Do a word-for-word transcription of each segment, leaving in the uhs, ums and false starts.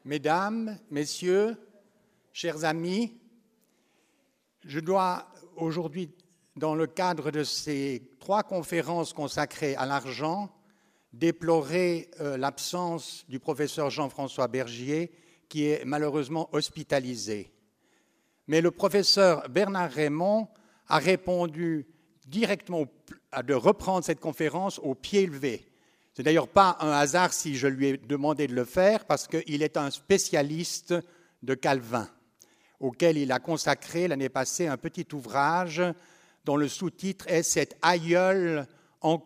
Mesdames, Messieurs, chers amis, je dois aujourd'hui, dans le cadre de ces trois conférences consacrées à l'argent, déplorer euh, l'absence du professeur Jean-François Bergier, qui est malheureusement hospitalisé. Mais le professeur Bernard Raymond a répondu directement de reprendre cette conférence au pied levé. Ce n'est d'ailleurs pas un hasard si je lui ai demandé de le faire, parce qu'il est un spécialiste de Calvin, auquel il a consacré l'année passée un petit ouvrage dont le sous-titre est « Cet aïeul encombrant ».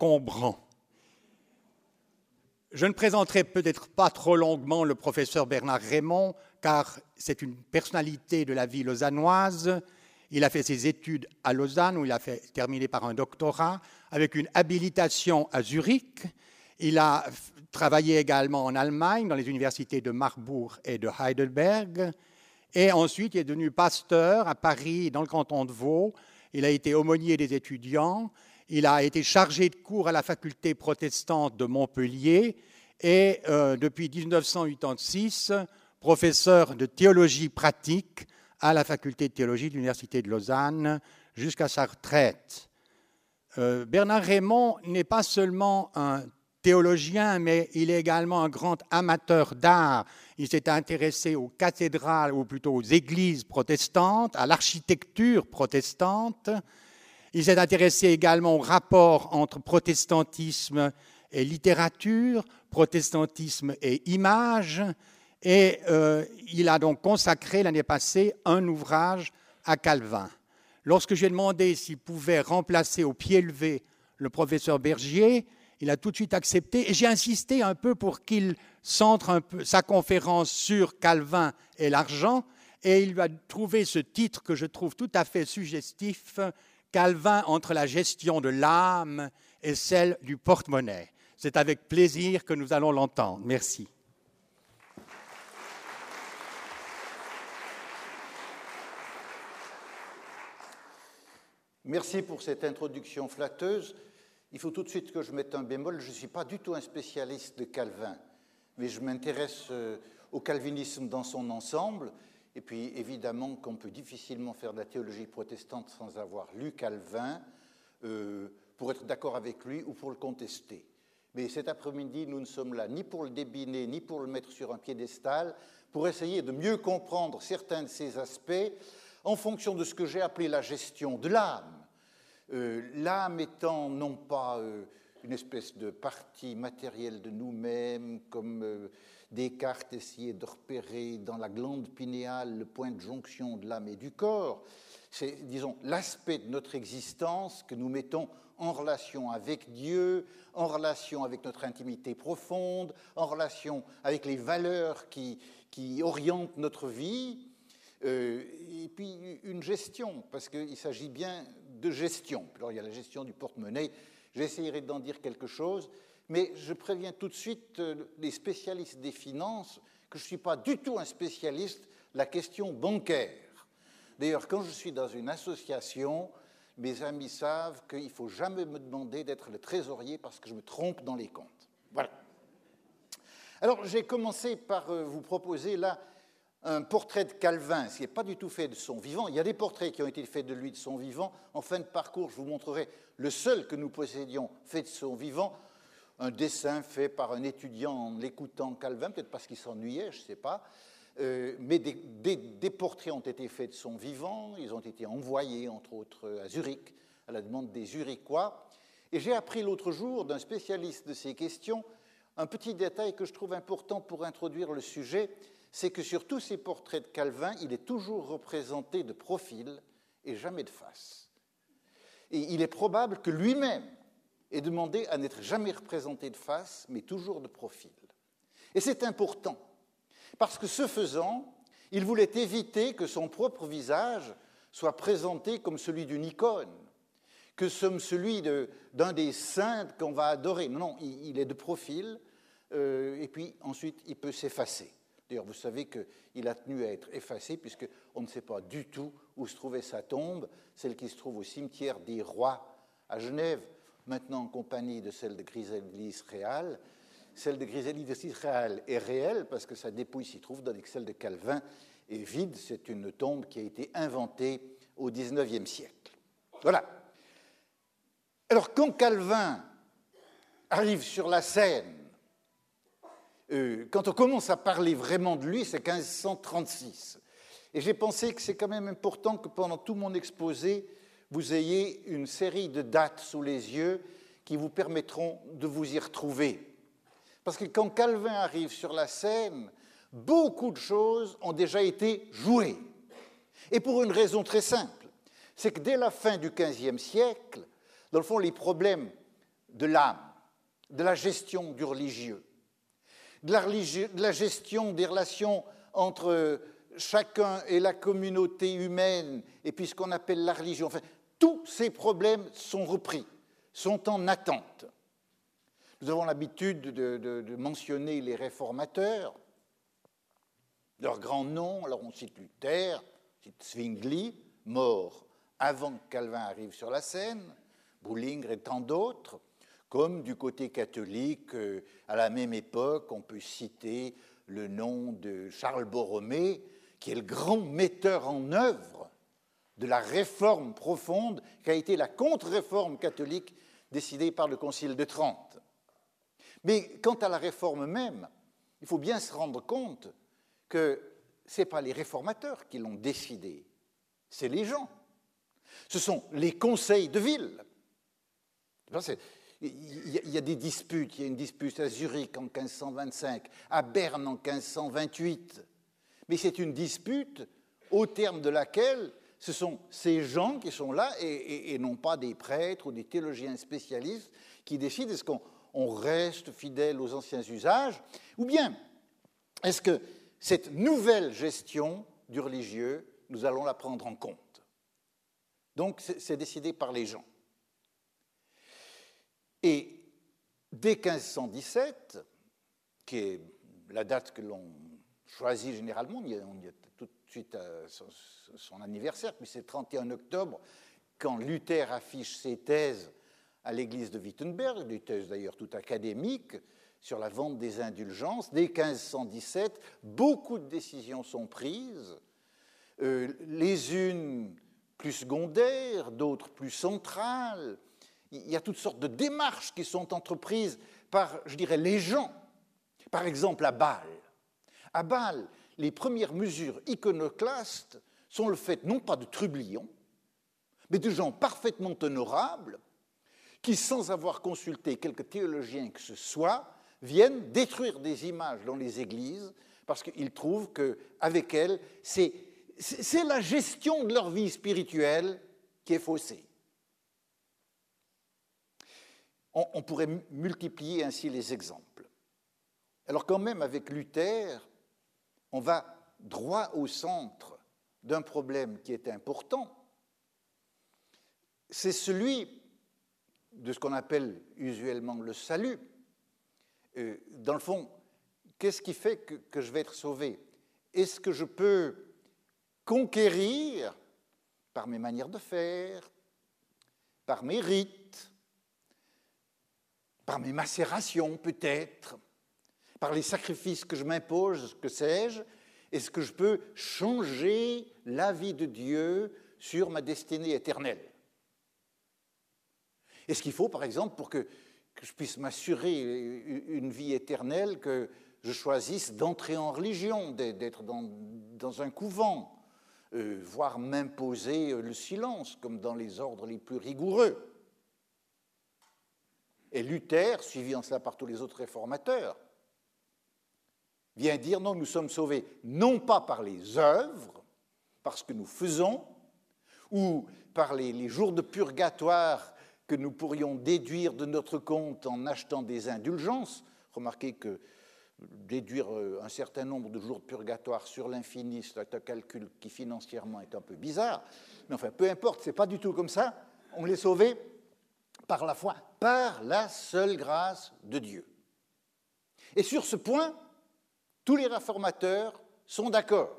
Je ne présenterai peut-être pas trop longuement le professeur Bernard Raymond, car c'est une personnalité de la vie lausannoise. Il a fait ses études à Lausanne, où il a fait, terminé par un doctorat, avec une habilitation à Zurich. Il a travaillé également en Allemagne, dans les universités de Marbourg et de Heidelberg. Et ensuite, il est devenu pasteur à Paris, dans le canton de Vaud. Il a été aumônier des étudiants. Il a été chargé de cours à la faculté protestante de Montpellier et euh, depuis mille neuf cent quatre-vingt-six, professeur de théologie pratique à la faculté de théologie de l'Université de Lausanne jusqu'à sa retraite. Euh, Bernard Raymond n'est pas seulement un théologien, mais il est également un grand amateur d'art. Il s'est intéressé aux cathédrales, ou plutôt aux églises protestantes, à l'architecture protestante. Il s'est intéressé également au rapport entre protestantisme et littérature, protestantisme et image, et euh, il a donc consacré l'année passée un ouvrage à Calvin. Lorsque j'ai demandé s'il pouvait remplacer au pied levé le professeur Bergier, il a tout de suite accepté, et j'ai insisté un peu pour qu'il centre un peu sa conférence sur Calvin et l'argent, et il a trouvé ce titre que je trouve tout à fait suggestif, Calvin entre la gestion de l'âme et celle du porte-monnaie. C'est avec plaisir que nous allons l'entendre. Merci. Merci pour cette introduction flatteuse. Il faut tout de suite que je mette un bémol. Je ne suis pas du tout un spécialiste de Calvin, mais je m'intéresse au calvinisme dans son ensemble. Et puis, évidemment, qu'on peut difficilement faire de la théologie protestante sans avoir lu Calvin, euh, pour être d'accord avec lui ou pour le contester. Mais cet après-midi, nous ne sommes là ni pour le débiner, ni pour le mettre sur un piédestal, pour essayer de mieux comprendre certains de ces aspects en fonction de ce que j'ai appelé la gestion de l'âme. Euh, l'âme étant non pas euh, une espèce de partie matérielle de nous-mêmes, comme euh, Descartes essayait de repérer dans la glande pinéale le point de jonction de l'âme et du corps. C'est, disons, l'aspect de notre existence que nous mettons en relation avec Dieu, en relation avec notre intimité profonde, en relation avec les valeurs qui, qui orientent notre vie, euh, et puis une gestion, parce qu'il s'agit bien de gestion. Alors il y a la gestion du porte-monnaie, j'essaierai d'en dire quelque chose, mais je préviens tout de suite les spécialistes des finances que je ne suis pas du tout un spécialiste de la question bancaire. D'ailleurs, quand je suis dans une association, mes amis savent qu'il ne faut jamais me demander d'être le trésorier parce que je me trompe dans les comptes. Voilà. Alors, j'ai commencé par vous proposer là un portrait de Calvin, ce qui n'est pas du tout fait de son vivant. Il y a des portraits qui ont été faits de lui de son vivant. En fin de parcours, je vous montrerai le seul que nous possédions fait de son vivant, un dessin fait par un étudiant en l'écoutant Calvin, peut-être parce qu'il s'ennuyait, je ne sais pas. Euh, mais des, des, des portraits ont été faits de son vivant, ils ont été envoyés, entre autres, à Zurich, à la demande des Zurichois. Et j'ai appris l'autre jour d'un spécialiste de ces questions un petit détail que je trouve important pour introduire le sujet, c'est que sur tous ces portraits de Calvin, il est toujours représenté de profil et jamais de face. Et il est probable que lui-même ait demandé à n'être jamais représenté de face, mais toujours de profil. Et c'est important. Parce que ce faisant, il voulait éviter que son propre visage soit présenté comme celui d'une icône, que comme celui de, d'un des saints qu'on va adorer. Non, non, il, il est de profil, euh, et puis ensuite il peut s'effacer. D'ailleurs, vous savez qu'il a tenu à être effacé, puisqu'on ne sait pas du tout où se trouvait sa tombe, celle qui se trouve au cimetière des Rois à Genève, maintenant en compagnie de celle de Chrysalis Réal. celle de Griselli d'Israël est réelle parce que sa dépouille s'y trouve, tandis que celle de Calvin est vide. C'est une tombe qui a été inventée au dix-neuvième siècle. Voilà. Alors, quand Calvin arrive sur la scène, euh, quand on commence à parler vraiment de lui, c'est quinze cent trente-six. Et j'ai pensé que c'est quand même important que pendant tout mon exposé, vous ayez une série de dates sous les yeux qui vous permettront de vous y retrouver. Parce que quand Calvin arrive sur la scène, beaucoup de choses ont déjà été jouées. Et pour une raison très simple, c'est que dès la fin du quinzième siècle, dans le fond, les problèmes de l'âme, de la gestion du religieux, de la, religieux, de la gestion des relations entre chacun et la communauté humaine, et puis ce qu'on appelle la religion, enfin, tous ces problèmes sont repris, sont en attente. Nous avons l'habitude de, de, de mentionner les réformateurs, leurs grands noms. Alors on cite Luther, on cite Zwingli, mort avant que Calvin arrive sur la scène, Bullinger et tant d'autres, comme du côté catholique, euh, à la même époque, on peut citer le nom de Charles Borromée, qui est le grand metteur en œuvre de la réforme profonde qui a été la contre-réforme catholique décidée par le Concile de Trente. Mais quant à la réforme même, il faut bien se rendre compte que ce n'est pas les réformateurs qui l'ont décidé, c'est les gens. Ce sont les conseils de ville. Il y a des disputes, il y a une dispute à Zurich en quinze cent vingt-cinq, à Berne en quinze cent vingt-huit, mais c'est une dispute au terme de laquelle ce sont ces gens qui sont là et, et, et non pas des prêtres ou des théologiens spécialistes qui décident est-ce qu'on on reste fidèle aux anciens usages ou bien est-ce que cette nouvelle gestion du religieux, nous allons la prendre en compte. Donc c'est, c'est décidé par les gens. Et dès quinze cent dix-sept, qui est la date que l'on choisit généralement, on y a, on y a tout de suite à son, son anniversaire, puis c'est le trente et un octobre, quand Luther affiche ses thèses à l'église de Wittenberg, des thèses d'ailleurs tout académiques, sur la vente des indulgences. Dès quinze cent dix-sept, beaucoup de décisions sont prises, euh, les unes plus secondaires, d'autres plus centrales. Il y a toutes sortes de démarches qui sont entreprises par, je dirais, les gens. Par exemple, à Bâle. À Bâle, les premières mesures iconoclastes sont le fait non pas de trublions, mais de gens parfaitement honorables qui, sans avoir consulté quelque théologien que ce soit, viennent détruire des images dans les églises parce qu'ils trouvent qu'avec elles, c'est, c'est la gestion de leur vie spirituelle qui est faussée. On, on pourrait multiplier ainsi les exemples. Alors quand même, avec Luther, on va droit au centre d'un problème qui est important. C'est celui de ce qu'on appelle usuellement le salut. Euh, dans le fond, qu'est-ce qui fait que, que je vais être sauvé? Est-ce que je peux conquérir par mes manières de faire, par mes rites, par mes macérations peut-être, par les sacrifices que je m'impose, que sais-je? Est-ce que je peux changer la vie de Dieu sur ma destinée éternelle? Est-ce qu'il faut, par exemple, pour que, que je puisse m'assurer une vie éternelle, que je choisisse d'entrer en religion, d'être dans, dans un couvent, euh, voire m'imposer le silence, comme dans les ordres les plus rigoureux? Et Luther, suivi en cela par tous les autres réformateurs, vient dire non, nous sommes sauvés non pas par les œuvres, par ce que nous faisons, ou par les, les jours de purgatoire que nous pourrions déduire de notre compte en achetant des indulgences. Remarquez que déduire un certain nombre de jours de purgatoire sur l'infini, c'est un calcul qui financièrement est un peu bizarre, mais enfin, peu importe, ce n'est pas du tout comme ça. On est sauvé par la foi, par la seule grâce de Dieu. Et sur ce point, tous les réformateurs sont d'accord.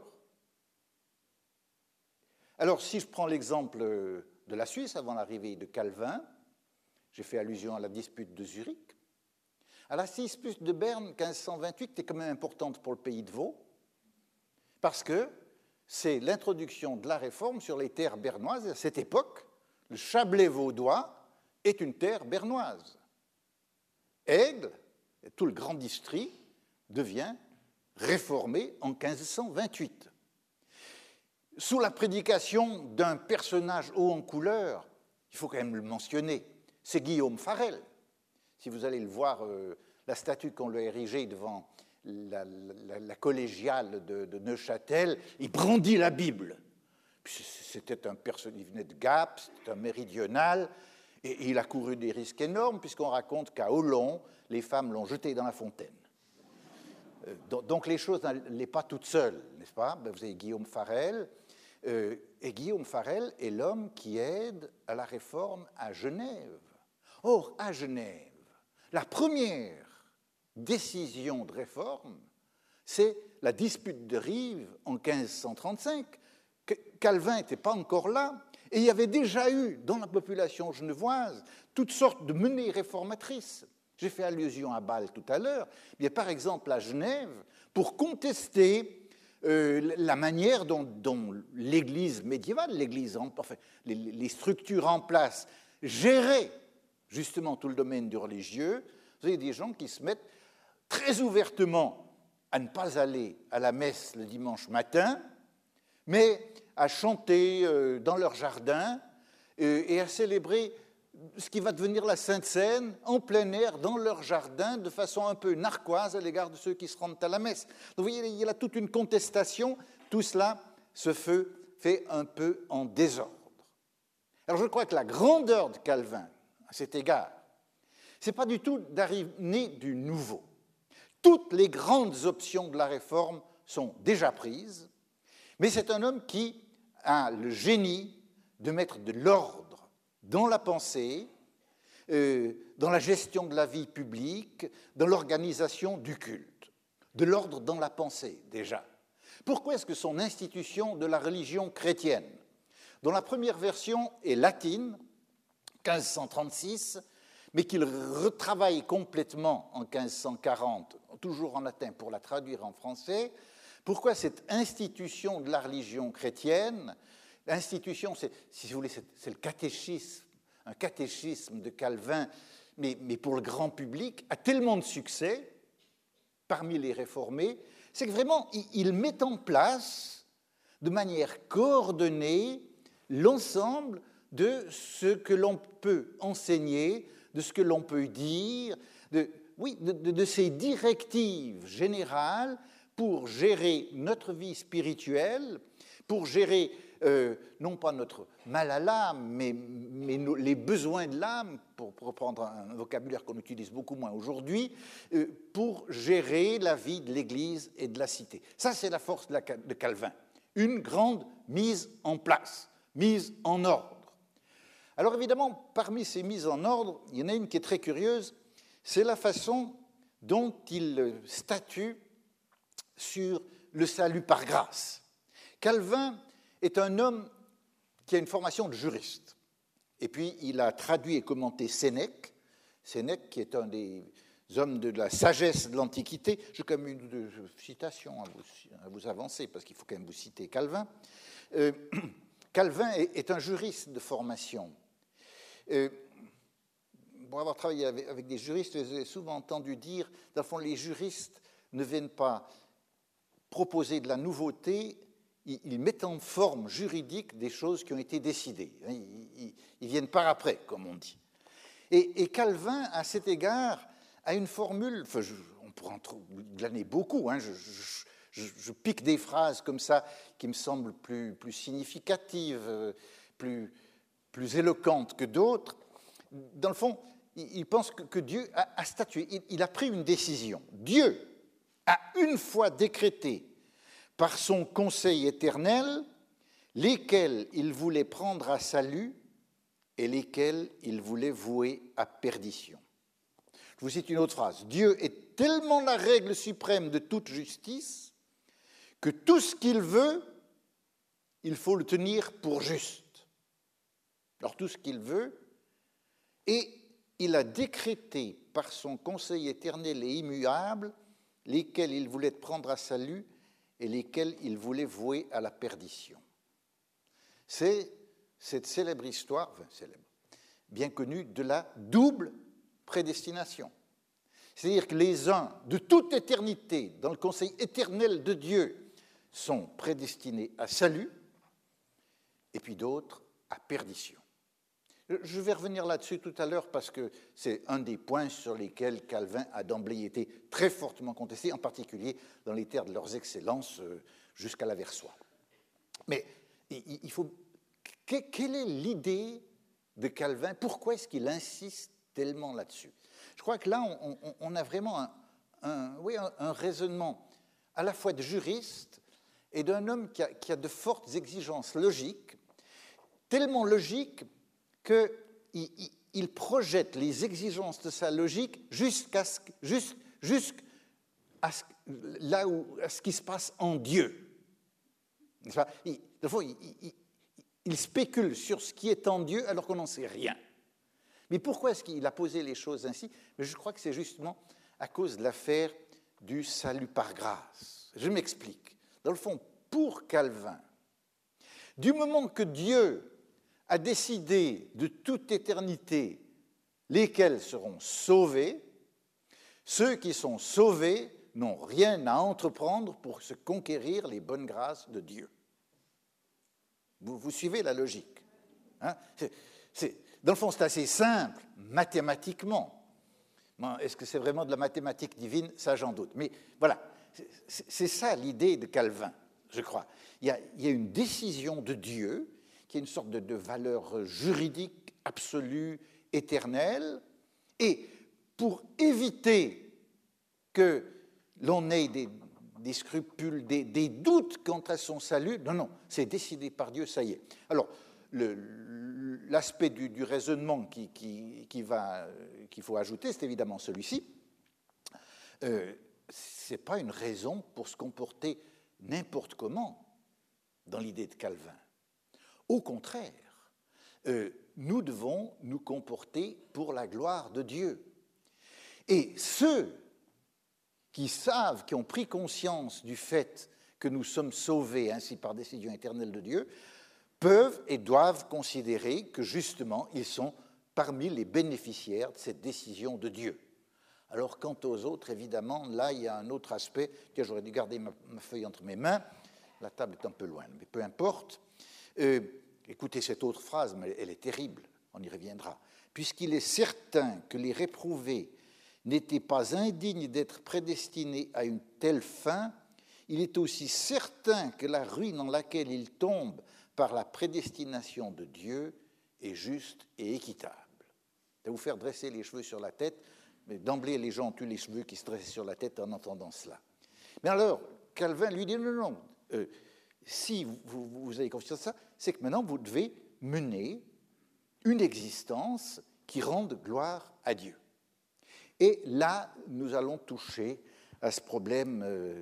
Alors, si je prends l'exemple de la Suisse, avant l'arrivée de Calvin, j'ai fait allusion à la dispute de Zurich. À la cispuce de Berne, quinze cent vingt-huit, est quand même importante pour le pays de Vaud, parce que c'est l'introduction de la réforme sur les terres bernoises. Et à cette époque, le Chablais vaudois est une terre bernoise. Aigle, et tout le grand district, devient réformé en quinze cent vingt-huit. Sous la prédication d'un personnage haut en couleur, il faut quand même le mentionner, c'est Guillaume Farel. Si vous allez le voir, euh, la statue qu'on lui a érigée devant la, la, la collégiale de, de Neuchâtel, il brandit la Bible. C'était un personnage, il venait de Gap, c'était un méridional, et il a couru des risques énormes, puisqu'on raconte qu'à Olon, les femmes l'ont jeté dans la fontaine. Donc les choses n'allaient pas toutes seules, n'est-ce pas? Vous avez Guillaume Farel, euh, et Guillaume Farel est l'homme qui aide à la réforme à Genève. Or, à Genève, la première décision de réforme, c'est la dispute de Rives en quinze cent trente-cinq. Calvin n'était pas encore là, et il y avait déjà eu dans la population genevoise toutes sortes de menées réformatrices. J'ai fait allusion à Bâle tout à l'heure. Mais par exemple, à Genève, pour contester euh, la manière dont, dont l'Église médiévale, l'Église, enfin, les, les structures en place, géraient justement tout le domaine du religieux, vous avez des gens qui se mettent très ouvertement à ne pas aller à la messe le dimanche matin, mais à chanter euh, dans leur jardin euh, et à célébrer ce qui va devenir la Sainte Seine, en plein air, dans leur jardin, de façon un peu narquoise à l'égard de ceux qui se rendent à la messe. Donc vous voyez, il y a là toute une contestation, tout cela se fait un peu en désordre. Alors je crois que la grandeur de Calvin, à cet égard, ce n'est pas du tout d'arriver du nouveau. Toutes les grandes options de la réforme sont déjà prises, mais c'est un homme qui a le génie de mettre de l'ordre dans la pensée, euh, dans la gestion de la vie publique, dans l'organisation du culte. De l'ordre dans la pensée, déjà. Pourquoi est-ce que son institution de la religion chrétienne, dont la première version est latine, quinze cent trente-six, mais qu'il retravaille complètement en quinze cent quarante, toujours en latin pour la traduire en français, pourquoi cette institution de la religion chrétienne, l'institution, c'est, si vous voulez, c'est, c'est le catéchisme, un catéchisme de Calvin, mais, mais pour le grand public, a tellement de succès parmi les réformés, c'est que vraiment, il, il met en place de manière coordonnée l'ensemble de ce que l'on peut enseigner, de ce que l'on peut dire, de, oui, de, de, de ces directives générales pour gérer notre vie spirituelle, pour gérer euh, non pas notre mal à l'âme, mais, mais nos, les besoins de l'âme, pour, pour reprendre un vocabulaire qu'on utilise beaucoup moins aujourd'hui, euh, pour gérer la vie de l'Église et de la cité. Ça, c'est la force de, la, de Calvin. Une grande mise en place, mise en ordre. Alors évidemment, parmi ces mises en ordre, il y en a une qui est très curieuse, c'est la façon dont il statue sur le salut par grâce. Calvin est un homme qui a une formation de juriste. Et puis, il a traduit et commenté Sénèque, Sénèque qui est un des hommes de la sagesse de l'Antiquité. J'ai quand même une citation à vous, à vous avancer, parce qu'il faut quand même vous citer Calvin. Euh, Calvin est, est un juriste de formation. Euh, pour avoir travaillé avec, avec des juristes, j'ai souvent entendu dire, dans le fond, les juristes ne viennent pas proposer de la nouveauté, ils mettent en forme juridique des choses qui ont été décidées. Ils, ils viennent par après, comme on dit. Et, et Calvin, à cet égard, a une formule, enfin, je, on pourrait en glaner beaucoup, hein, je, je, je, je pique des phrases comme ça qui me semblent plus, plus significatives, plus, plus éloquentes que d'autres. Dans le fond, il, il pense que, que Dieu a, a statué, il, il a pris une décision. Dieu a une fois décrété par son conseil éternel lesquels il voulait prendre à salut et lesquels il voulait vouer à perdition. Je vous cite une autre phrase. Dieu est tellement la règle suprême de toute justice que tout ce qu'il veut, il faut le tenir pour juste. Alors tout ce qu'il veut, et il a décrété par son conseil éternel et immuable, lesquels il voulait prendre à salut et lesquels il voulait vouer à la perdition. C'est cette célèbre histoire, enfin célèbre, bien connue, de la double prédestination. C'est-à-dire que les uns, de toute éternité, dans le conseil éternel de Dieu, sont prédestinés à salut, et puis d'autres à perdition. Je vais revenir là-dessus tout à l'heure parce que c'est un des points sur lesquels Calvin a d'emblée été très fortement contesté, en particulier dans les terres de leurs excellences jusqu'à l'Aversoix. Mais il faut... Quelle est l'idée de Calvin? Pourquoi est-ce qu'il insiste tellement là-dessus? Je crois que là, on, on, on a vraiment un, un, oui, un, un raisonnement à la fois de juriste et d'un homme qui a, qui a de fortes exigences logiques, tellement logiques qu'il il, il projette les exigences de sa logique jusqu'à ce, jusqu', jusqu'à ce, là où, à ce qui se passe en Dieu. Il, de fois, il, il, il spécule sur ce qui est en Dieu alors qu'on n'en sait rien. Mais pourquoi est-ce qu'il a posé les choses ainsi? Mais je crois que c'est justement à cause de l'affaire du salut par grâce. Je m'explique. Dans le fond, pour Calvin, du moment que Dieu a décidé de toute éternité lesquels seront sauvés, ceux qui sont sauvés n'ont rien à entreprendre pour se conquérir les bonnes grâces de Dieu. Vous, vous suivez la logique, hein? c'est, c'est, Dans le fond, c'est assez simple, mathématiquement. Est-ce que c'est vraiment de la mathématique divine? Ça, j'en doute. Mais voilà, c'est, c'est ça l'idée de Calvin, je crois. Il y a, il y a une décision de Dieu qui est une sorte de, de valeur juridique absolue, éternelle, et pour éviter que l'on ait des, des scrupules, des, des doutes quant à son salut, non, non, c'est décidé par Dieu, ça y est. Alors, le, l'aspect du, du raisonnement qui, qui, qui va, qu'il faut ajouter, c'est évidemment celui-ci. Euh, ce n'est pas une raison pour se comporter n'importe comment dans l'idée de Calvin. Au contraire, euh, nous devons nous comporter pour la gloire de Dieu. Et ceux qui savent, qui ont pris conscience du fait que nous sommes sauvés ainsi par décision éternelle de Dieu, peuvent et doivent considérer que justement ils sont parmi les bénéficiaires de cette décision de Dieu. Alors quant aux autres, évidemment, là il y a un autre aspect. Tiens, j'aurais dû garder ma, ma feuille entre mes mains, la table est un peu loin, mais peu importe. Euh, écoutez cette autre phrase, mais elle est terrible, on y reviendra. Puisqu'il est certain que les réprouvés n'étaient pas indignes d'être prédestinés à une telle fin, il est aussi certain que la ruine en laquelle ils tombent par la prédestination de Dieu est juste et équitable. Ça va vous faire dresser les cheveux sur la tête, mais d'emblée, les gens ont eu les cheveux qui se dressaient sur la tête en entendant cela. Mais alors, Calvin lui dit, non, non, non, euh, si vous, vous, vous avez confiance en ça, c'est que maintenant, vous devez mener une existence qui rende gloire à Dieu. Et là, nous allons toucher à ce problème euh,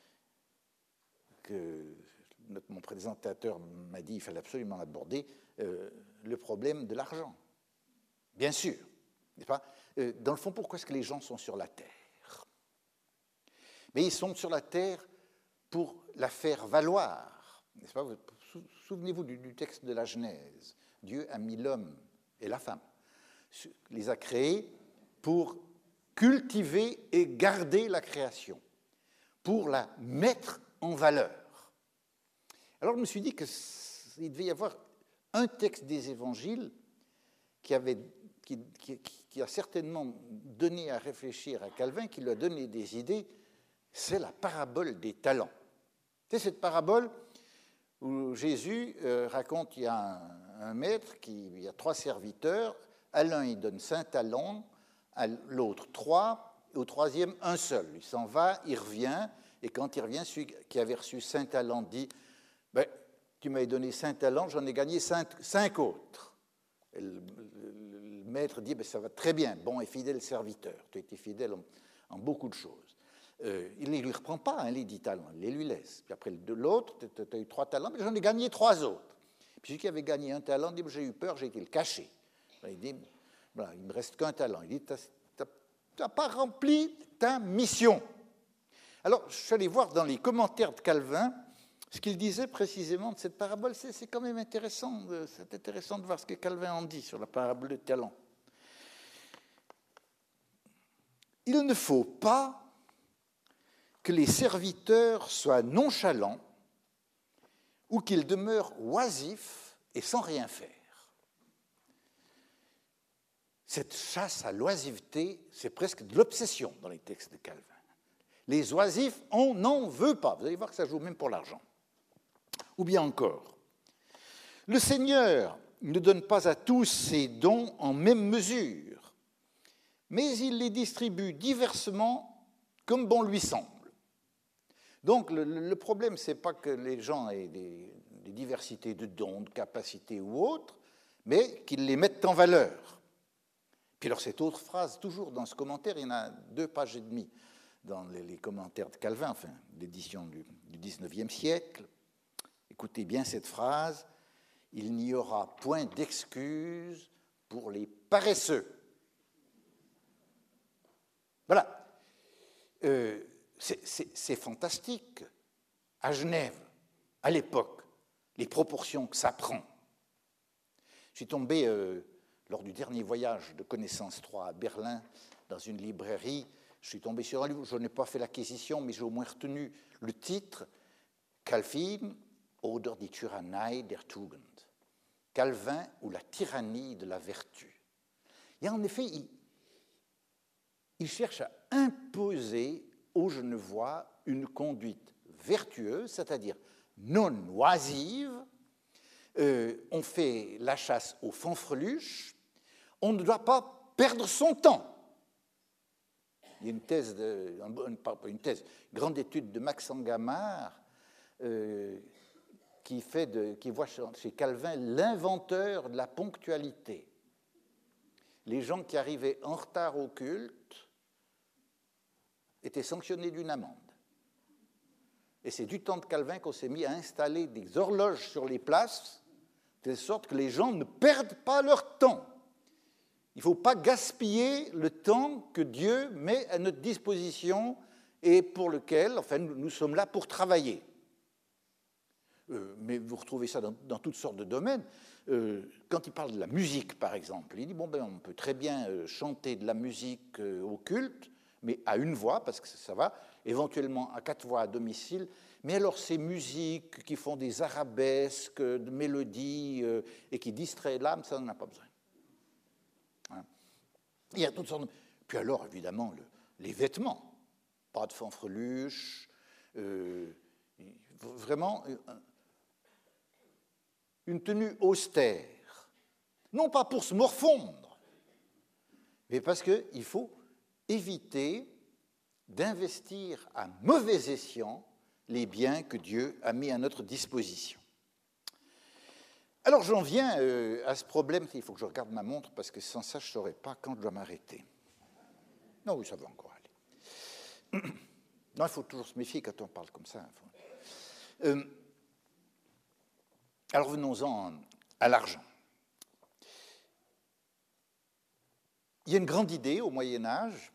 que notre, mon présentateur m'a dit qu'il fallait absolument aborder, euh, le problème de l'argent. Bien sûr, n'est-ce pas? euh, Dans le fond, pourquoi est-ce que les gens sont sur la terre? Mais ils sont sur la terre pour la faire valoir, n'est-ce pas? Souvenez-vous du, du texte de la Genèse. Dieu a mis l'homme et la femme, les a créés pour cultiver et garder la création, pour la mettre en valeur. Alors je me suis dit qu'il devait y avoir un texte des évangiles qui, avait, qui, qui, qui a certainement donné à réfléchir à Calvin, qui lui a donné des idées, c'est la parabole des talents. C'est cette parabole où Jésus euh, raconte qu'il y a un, un maître, qui, il y a trois serviteurs, à l'un il donne cinq talents, à l'autre trois, et au troisième un seul. Il s'en va, il revient, et quand il revient, celui qui avait reçu cinq talents dit ben, « Tu m'avais donné cinq talents, j'en ai gagné cinq, cinq autres. » Et le, le, le maître dit ben, « Ça va très bien, bon et fidèle serviteur, tu as été fidèle en, en beaucoup de choses. Euh, » Il ne lui reprend pas hein, les dix talents, il les lui laisse. Puis après de l'autre, tu as eu trois talents, mais j'en ai gagné trois autres. Puis celui qui avait gagné un talent dit ben, « J'ai eu peur, j'ai été le cacher. » Il dit voilà, « Il ne me reste qu'un talent. » Il dit « tu n'as pas rempli ta mission. Alors, je suis allé voir dans les commentaires de Calvin ce qu'il disait précisément de cette parabole. C'est, c'est quand même intéressant, c'est intéressant de voir ce que Calvin en dit sur la parabole de talent. Il ne faut pas que les serviteurs soient nonchalants ou qu'ils demeurent oisifs et sans rien faire. Cette chasse à l'oisiveté, c'est presque de l'obsession dans les textes de Calvin. Les oisifs, on n'en veut pas. Vous allez voir que ça joue même pour l'argent. Ou bien encore, le Seigneur ne donne pas à tous ses dons en même mesure, mais il les distribue diversement comme bon lui semble. Donc le, le problème, ce n'est pas que les gens aient des, des diversités de dons, de capacités ou autres, mais qu'ils les mettent en valeur. Puis alors cette autre phrase, toujours dans ce commentaire, il y en a deux pages et demie dans les, les commentaires de Calvin, enfin l'édition du, du dix-neuvième siècle. Écoutez bien cette phrase, « Il n'y aura point d'excuse pour les paresseux ». Voilà. Euh, c'est, c'est, c'est fantastique. À Genève, à l'époque, les proportions que ça prend. Je suis tombé, euh, lors du dernier voyage de Connaissance trois à Berlin, dans une librairie, je suis tombé sur un livre, je n'ai pas fait l'acquisition, mais j'ai au moins retenu le titre, « Calvin oder die Tyrannei der Tugend ». Calvin ou la tyrannie de la vertu. Et en effet, il, il cherche à imposer aux Genevois une conduite vertueuse, c'est-à-dire non oisive. Euh, on fait la chasse aux fanfreluches. On ne doit pas perdre son temps. Il y a une thèse, de, pas une thèse, une grande étude de Max Engamard euh, qui, fait de, qui voit chez Calvin l'inventeur de la ponctualité. Les gens qui arrivaient en retard au culte étaient sanctionnés d'une amende. Et c'est du temps de Calvin qu'on s'est mis à installer des horloges sur les places, de sorte que les gens ne perdent pas leur temps. Il ne faut pas gaspiller le temps que Dieu met à notre disposition et pour lequel, enfin, nous, nous sommes là pour travailler. Euh, mais vous retrouvez ça dans, dans toutes sortes de domaines. Euh, quand il parle de la musique, par exemple, il dit, bon, ben, on peut très bien euh, chanter de la musique euh, au culte, mais à une voix, parce que ça va, éventuellement à quatre voix à domicile. Mais alors ces musiques qui font des arabesques, de mélodies, euh, et qui distraient l'âme, ça, on n'en a pas besoin. Hein? Il y a toutes sortes de... Puis alors, évidemment, le, les vêtements. Pas de fanfreluche, euh, vraiment... Euh, une tenue austère, non pas pour se morfondre, mais parce qu'il faut éviter d'investir à mauvais escient les biens que Dieu a mis à notre disposition. Alors j'en viens euh, à ce problème, il faut que je regarde ma montre parce que sans ça je ne saurais pas quand je dois m'arrêter. Non, oui, ça va encore aller. Non, il faut toujours se méfier quand on parle comme ça. Euh, Alors venons-en à l'argent. Il y a une grande idée au Moyen-Âge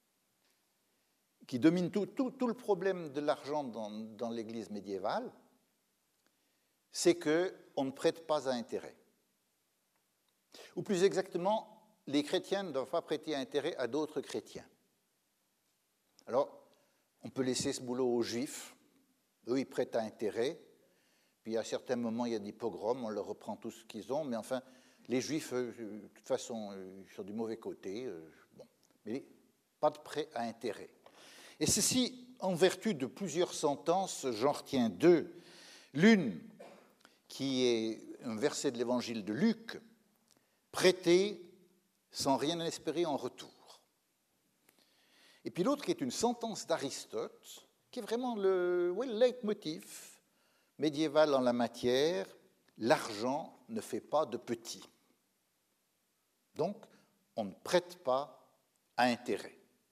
qui domine tout, tout, tout le problème de l'argent dans, dans l'Église médiévale, c'est qu'on ne prête pas à intérêt. Ou plus exactement, les chrétiens ne doivent pas prêter à intérêt à d'autres chrétiens. Alors, on peut laisser ce boulot aux Juifs, eux ils prêtent à intérêt. Puis à certains moments, il y a des pogroms, on leur reprend tout ce qu'ils ont, mais enfin, les Juifs, euh, de toute façon, euh, sur du mauvais côté, euh, bon, mais pas de prêt à intérêt. Et ceci, en vertu de plusieurs sentences, j'en retiens deux. L'une, qui est un verset de l'évangile de Luc, « Prêtez sans rien espérer en retour ». Et puis l'autre, qui est une sentence d'Aristote, qui est vraiment le, ouais, le leitmotiv médiéval en la matière, l'argent ne fait pas de petit. Donc, on ne prête pas à intérêt.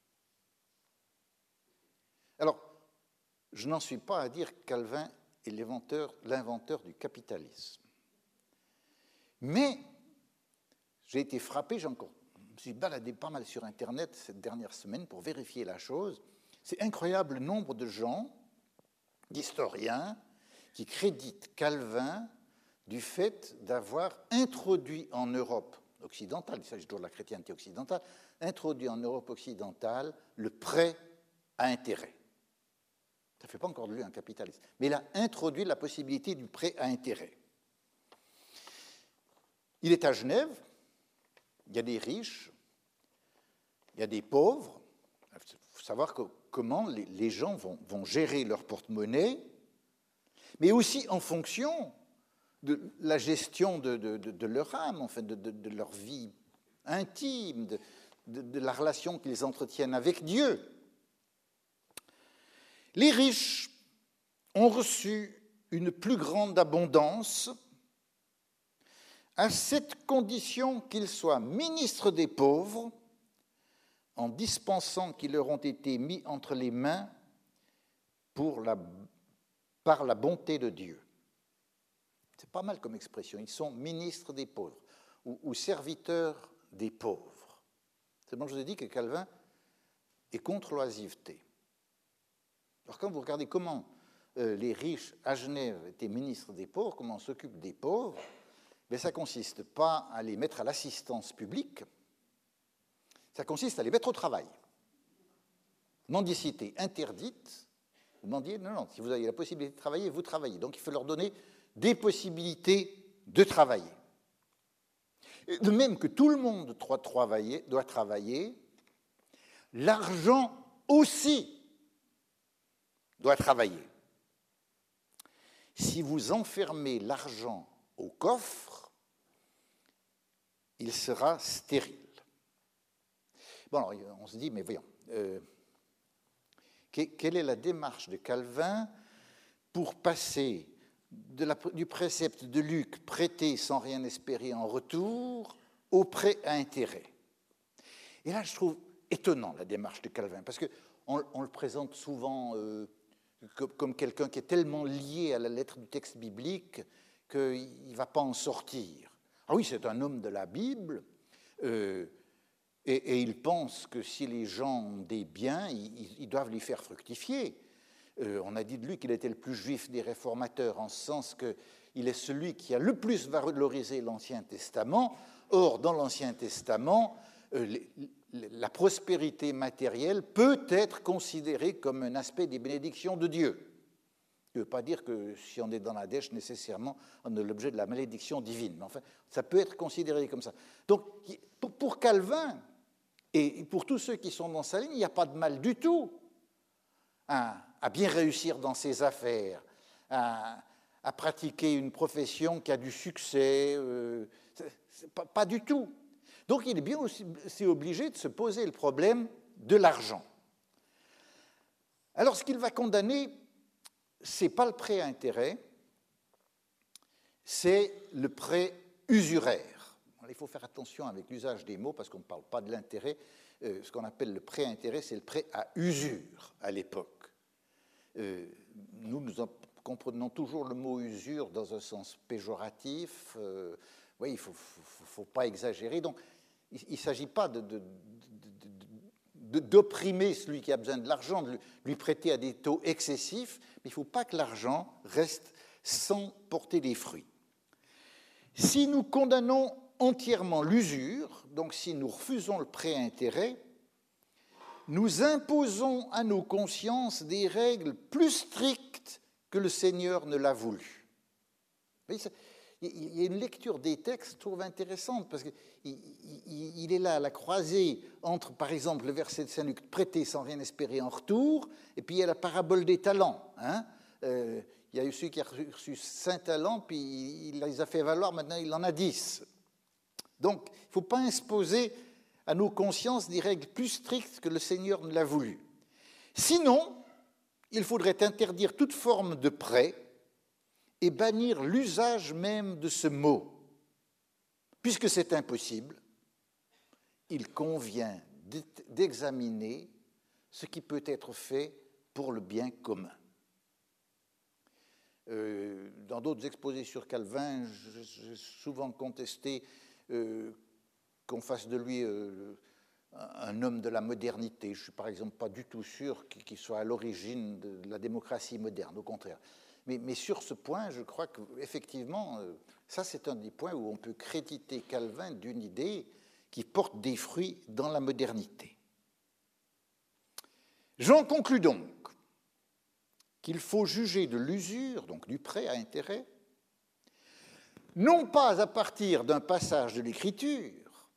Alors, je n'en suis pas à dire que Calvin est l'inventeur, l'inventeur du capitalisme. Mais j'ai été frappé, j'ai encore me suis baladé pas mal sur Internet cette dernière semaine pour vérifier la chose. C'est incroyable le nombre de gens, d'historiens, qui créditent Calvin du fait d'avoir introduit en Europe occidentale, il s'agit toujours de la chrétienté occidentale, introduit en Europe occidentale le prêt à intérêt. Ça ne fait pas encore de lui un capitaliste, mais il a introduit la possibilité du prêt à intérêt. Il est à Genève, il y a des riches, il y a des pauvres. Il faut savoir que, comment les, les gens vont, vont gérer leur porte-monnaie, mais aussi en fonction de la gestion de, de, de, de leur âme, enfin de, de, de leur vie intime, de, de, de la relation qu'ils entretiennent avec Dieu. Les riches ont reçu une plus grande abondance à cette condition qu'ils soient ministres des pauvres en dispensant qui leur ont été mis entre les mains pour la, par la bonté de Dieu. C'est pas mal comme expression. Ils sont ministres des pauvres ou, ou serviteurs des pauvres. C'est bon, je vous ai dit que Calvin est contre l'oisiveté. Alors quand vous regardez comment euh, les riches à Genève étaient ministres des pauvres, comment on s'occupe des pauvres, mais ça ne consiste pas à les mettre à l'assistance publique, ça consiste à les mettre au travail. Mendicité interdite, vous mendiez, non, non, si vous avez la possibilité de travailler, vous travaillez. Donc il faut leur donner des possibilités de travailler. Et de même que tout le monde doit travailler, doit travailler, l'argent aussi doit travailler. Si vous enfermez l'argent au coffre, il sera stérile. Bon, alors, on se dit, mais voyons, euh, quelle est la démarche de Calvin pour passer de la, du précepte de Luc, prêter sans rien espérer en retour, au prêt à intérêt? Et là, je trouve étonnant la démarche de Calvin, parce qu'on on le présente souvent euh, comme, comme quelqu'un qui est tellement lié à la lettre du texte biblique qu'il ne va pas en sortir. Ah oui, c'est un homme de la Bible, euh, et, et il pense que si les gens ont des biens, ils, ils doivent les faire fructifier. Euh, on a dit de lui qu'il était le plus juif des réformateurs, en ce sens qu'il est celui qui a le plus valorisé l'Ancien Testament. Or, dans l'Ancien Testament, euh, les, la prospérité matérielle peut être considérée comme un aspect des bénédictions de Dieu. Ce ne veut pas dire que si on est dans la dèche, nécessairement, on est l'objet de la malédiction divine. Mais enfin, ça peut être considéré comme ça. Donc, pour Calvin, et pour tous ceux qui sont dans sa ligne, il n'y a pas de mal du tout à, à bien réussir dans ses affaires, à, à pratiquer une profession qui a du succès. Euh, c'est, c'est pas, pas du tout. Donc, il est bien aussi, aussi obligé de se poser le problème de l'argent. Alors, ce qu'il va condamner, ce n'est pas le prêt à intérêt, c'est le prêt usuraire. Alors, il faut faire attention avec l'usage des mots parce qu'on ne parle pas de l'intérêt. Euh, ce qu'on appelle le prêt à intérêt, c'est le prêt à usure à l'époque. Euh, nous, nous en comprenons toujours le mot usure dans un sens péjoratif. Euh, oui, il ne faut, faut, faut pas exagérer. Donc, il ne s'agit pas de, de, de, de, d'opprimer celui qui a besoin de l'argent, de lui prêter à des taux excessifs, mais il ne faut pas que l'argent reste sans porter des fruits. Si nous condamnons entièrement l'usure, donc si nous refusons le prêt à intérêt, nous imposons à nos consciences des règles plus strictes que le Seigneur ne l'a voulu. Vous voyez, il y a une lecture des textes, je trouve intéressante, parce qu'il est là à la croisée entre, par exemple, le verset de Saint-Luc, prêter sans rien espérer en retour, et puis il y a la parabole des talents. Hein. Euh, il y a eu celui qui a reçu cinq talents, puis il les a fait valoir, maintenant il en a dix. Donc, il ne faut pas imposer à nos consciences des règles plus strictes que le Seigneur ne l'a voulu. Sinon, il faudrait interdire toute forme de prêt et bannir l'usage même de ce mot. Puisque c'est impossible, il convient d'examiner ce qui peut être fait pour le bien commun. Euh, dans d'autres exposés sur Calvin, j'ai souvent contesté euh, qu'on fasse de lui euh, un homme de la modernité. Je ne suis par exemple pas du tout sûr qu'il soit à l'origine de la démocratie moderne, au contraire. Mais, mais sur ce point, je crois qu'effectivement, euh, ça c'est un des points où on peut créditer Calvin d'une idée qui porte des fruits dans la modernité. J'en conclus donc qu'il faut juger de l'usure, donc du prêt à intérêt, non pas à partir d'un passage de l'Écriture,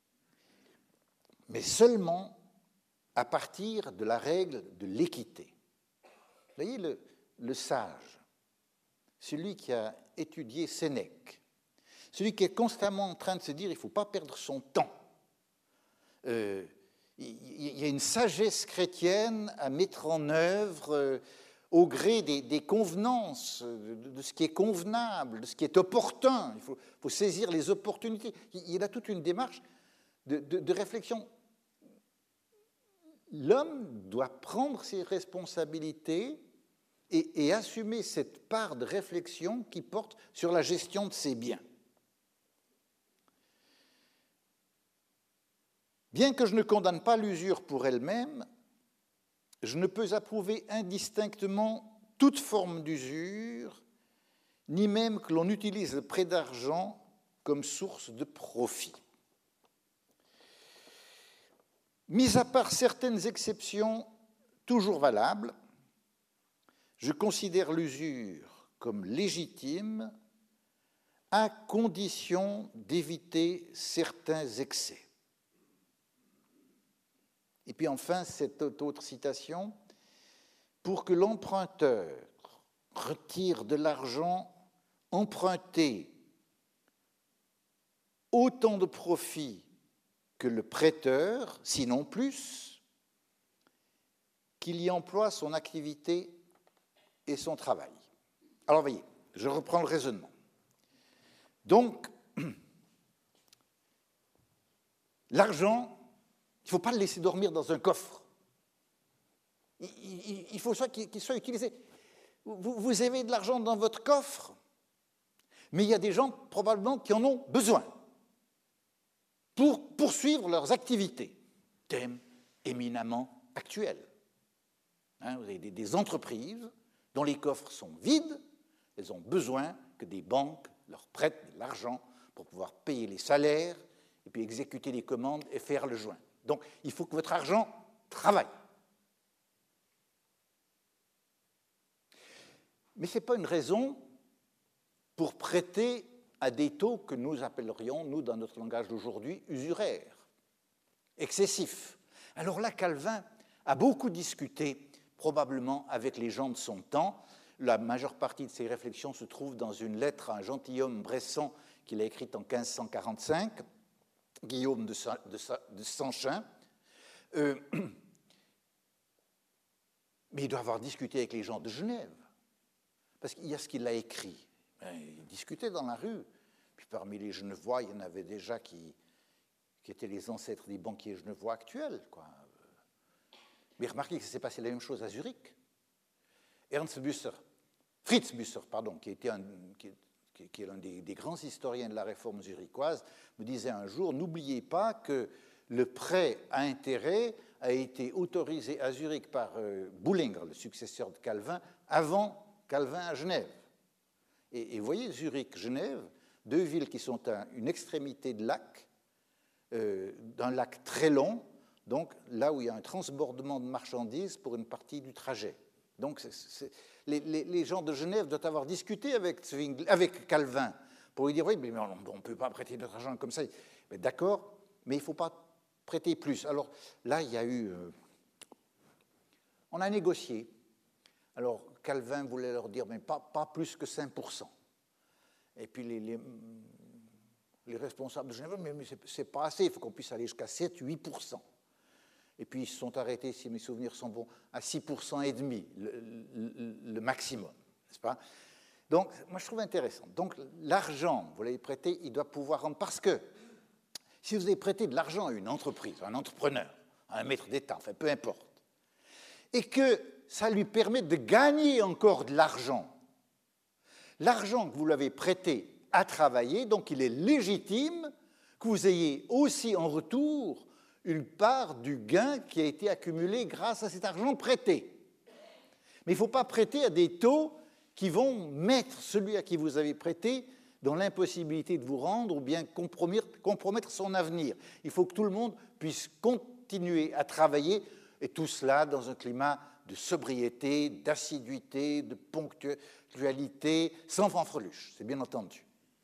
mais seulement à partir de la règle de l'équité. Vous voyez, le, le sage, celui qui a étudié Sénèque, celui qui est constamment en train de se dire il ne faut pas perdre son temps. Euh, il y a une sagesse chrétienne à mettre en œuvre euh, au gré des, des convenances, de, de ce qui est convenable, de ce qui est opportun. Il faut, faut saisir les opportunités. Il y a toute une démarche de, de, de réflexion. L'homme doit prendre ses responsabilités et, et assumer cette part de réflexion qui porte sur la gestion de ses biens. Bien que je ne condamne pas l'usure pour elle-même, je ne peux approuver indistinctement toute forme d'usure, ni même que l'on utilise le prêt d'argent comme source de profit. Mis à part certaines exceptions toujours valables, je considère l'usure comme légitime à condition d'éviter certains excès. Et puis enfin, cette autre citation, pour que l'emprunteur retire de l'argent emprunté autant de profit que le prêteur, sinon plus, qu'il y emploie son activité et son travail. Alors, voyez, je reprends le raisonnement. Donc, l'argent, il ne faut pas le laisser dormir dans un coffre. Il, il, il faut qu'il soit utilisé. Vous, vous avez de l'argent dans votre coffre, mais il y a des gens probablement qui en ont besoin pour poursuivre leurs activités. Thème éminemment actuel. Hein, vous avez des, des entreprises dont les coffres sont vides, elles ont besoin que des banques leur prêtent de l'argent pour pouvoir payer les salaires et puis exécuter les commandes et faire le joint. Donc, il faut que votre argent travaille. Mais ce n'est pas une raison pour prêter à des taux que nous appellerions, nous, dans notre langage d'aujourd'hui, usuraires, excessifs. Alors là, Calvin a beaucoup discuté, probablement avec les gens de son temps. La majeure partie de ses réflexions se trouve dans une lettre à un gentilhomme Bresson qu'il a écrite en quinze cent quarante-cinq, Guillaume de, Sa, de, Sa, de Sanchin. Euh, mais il doit avoir discuté avec les gens de Genève, parce qu'il y a ce qu'il a écrit. Il discutait dans la rue. Puis parmi les Genevois, il y en avait déjà qui, qui étaient les ancêtres des banquiers genevois actuels, quoi. Mais remarquez que ça s'est passé la même chose à Zurich. Ernst Büsser, Fritz Büsser, pardon, qui était un, qui, qui, qui est l'un des, des grands historiens de la réforme zurichoise, me disait un jour, n'oubliez pas que le prêt à intérêt a été autorisé à Zurich par euh, Bullinger, le successeur de Calvin, avant Calvin à Genève. Et, et voyez, Zurich, Genève, deux villes qui sont à une extrémité de lac, euh, d'un lac très long, donc là où il y a un transbordement de marchandises pour une partie du trajet. Donc c'est, c'est, les, les, les gens de Genève doivent avoir discuté avec, Zwingli, avec Calvin pour lui dire, oui, mais on ne peut pas prêter notre argent comme ça. Mais d'accord, mais il ne faut pas prêter plus. Alors là, il y a eu... Euh, on a négocié. Alors Calvin voulait leur dire, mais pas, pas plus que cinq pour cent. Et puis les, les, les responsables de Genève, mais, mais ce n'est pas assez, il faut qu'on puisse aller jusqu'à sept à huit pour cent. Et puis ils se sont arrêtés, si mes souvenirs sont bons, à six pour cent et demi, le, le, le maximum, n'est-ce pas? Donc, moi je trouve intéressant. Donc l'argent, vous l'avez prêté, il doit pouvoir rendre, parce que si vous avez prêté de l'argent à une entreprise, à un entrepreneur, à un maître d'État, enfin peu importe, et que ça lui permet de gagner encore de l'argent, l'argent que vous l'avez prêté à travailler, donc il est légitime que vous ayez aussi en retour une part du gain qui a été accumulé grâce à cet argent prêté. Mais il ne faut pas prêter à des taux qui vont mettre celui à qui vous avez prêté dans l'impossibilité de vous rendre ou bien compromettre, compromettre son avenir. Il faut que tout le monde puisse continuer à travailler, et tout cela dans un climat de sobriété, d'assiduité, de ponctualité, sans fanfreluche, c'est bien entendu.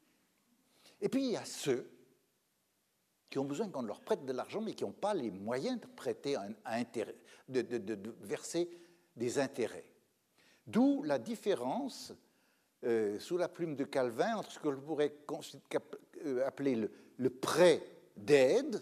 Et puis il y a ceux qui ont besoin qu'on leur prête de l'argent, mais qui n'ont pas les moyens de prêter à intérêt, de, de, de, de verser des intérêts. D'où la différence, euh, sous la plume de Calvin, entre ce que je pourrais appeler le, le prêt d'aide,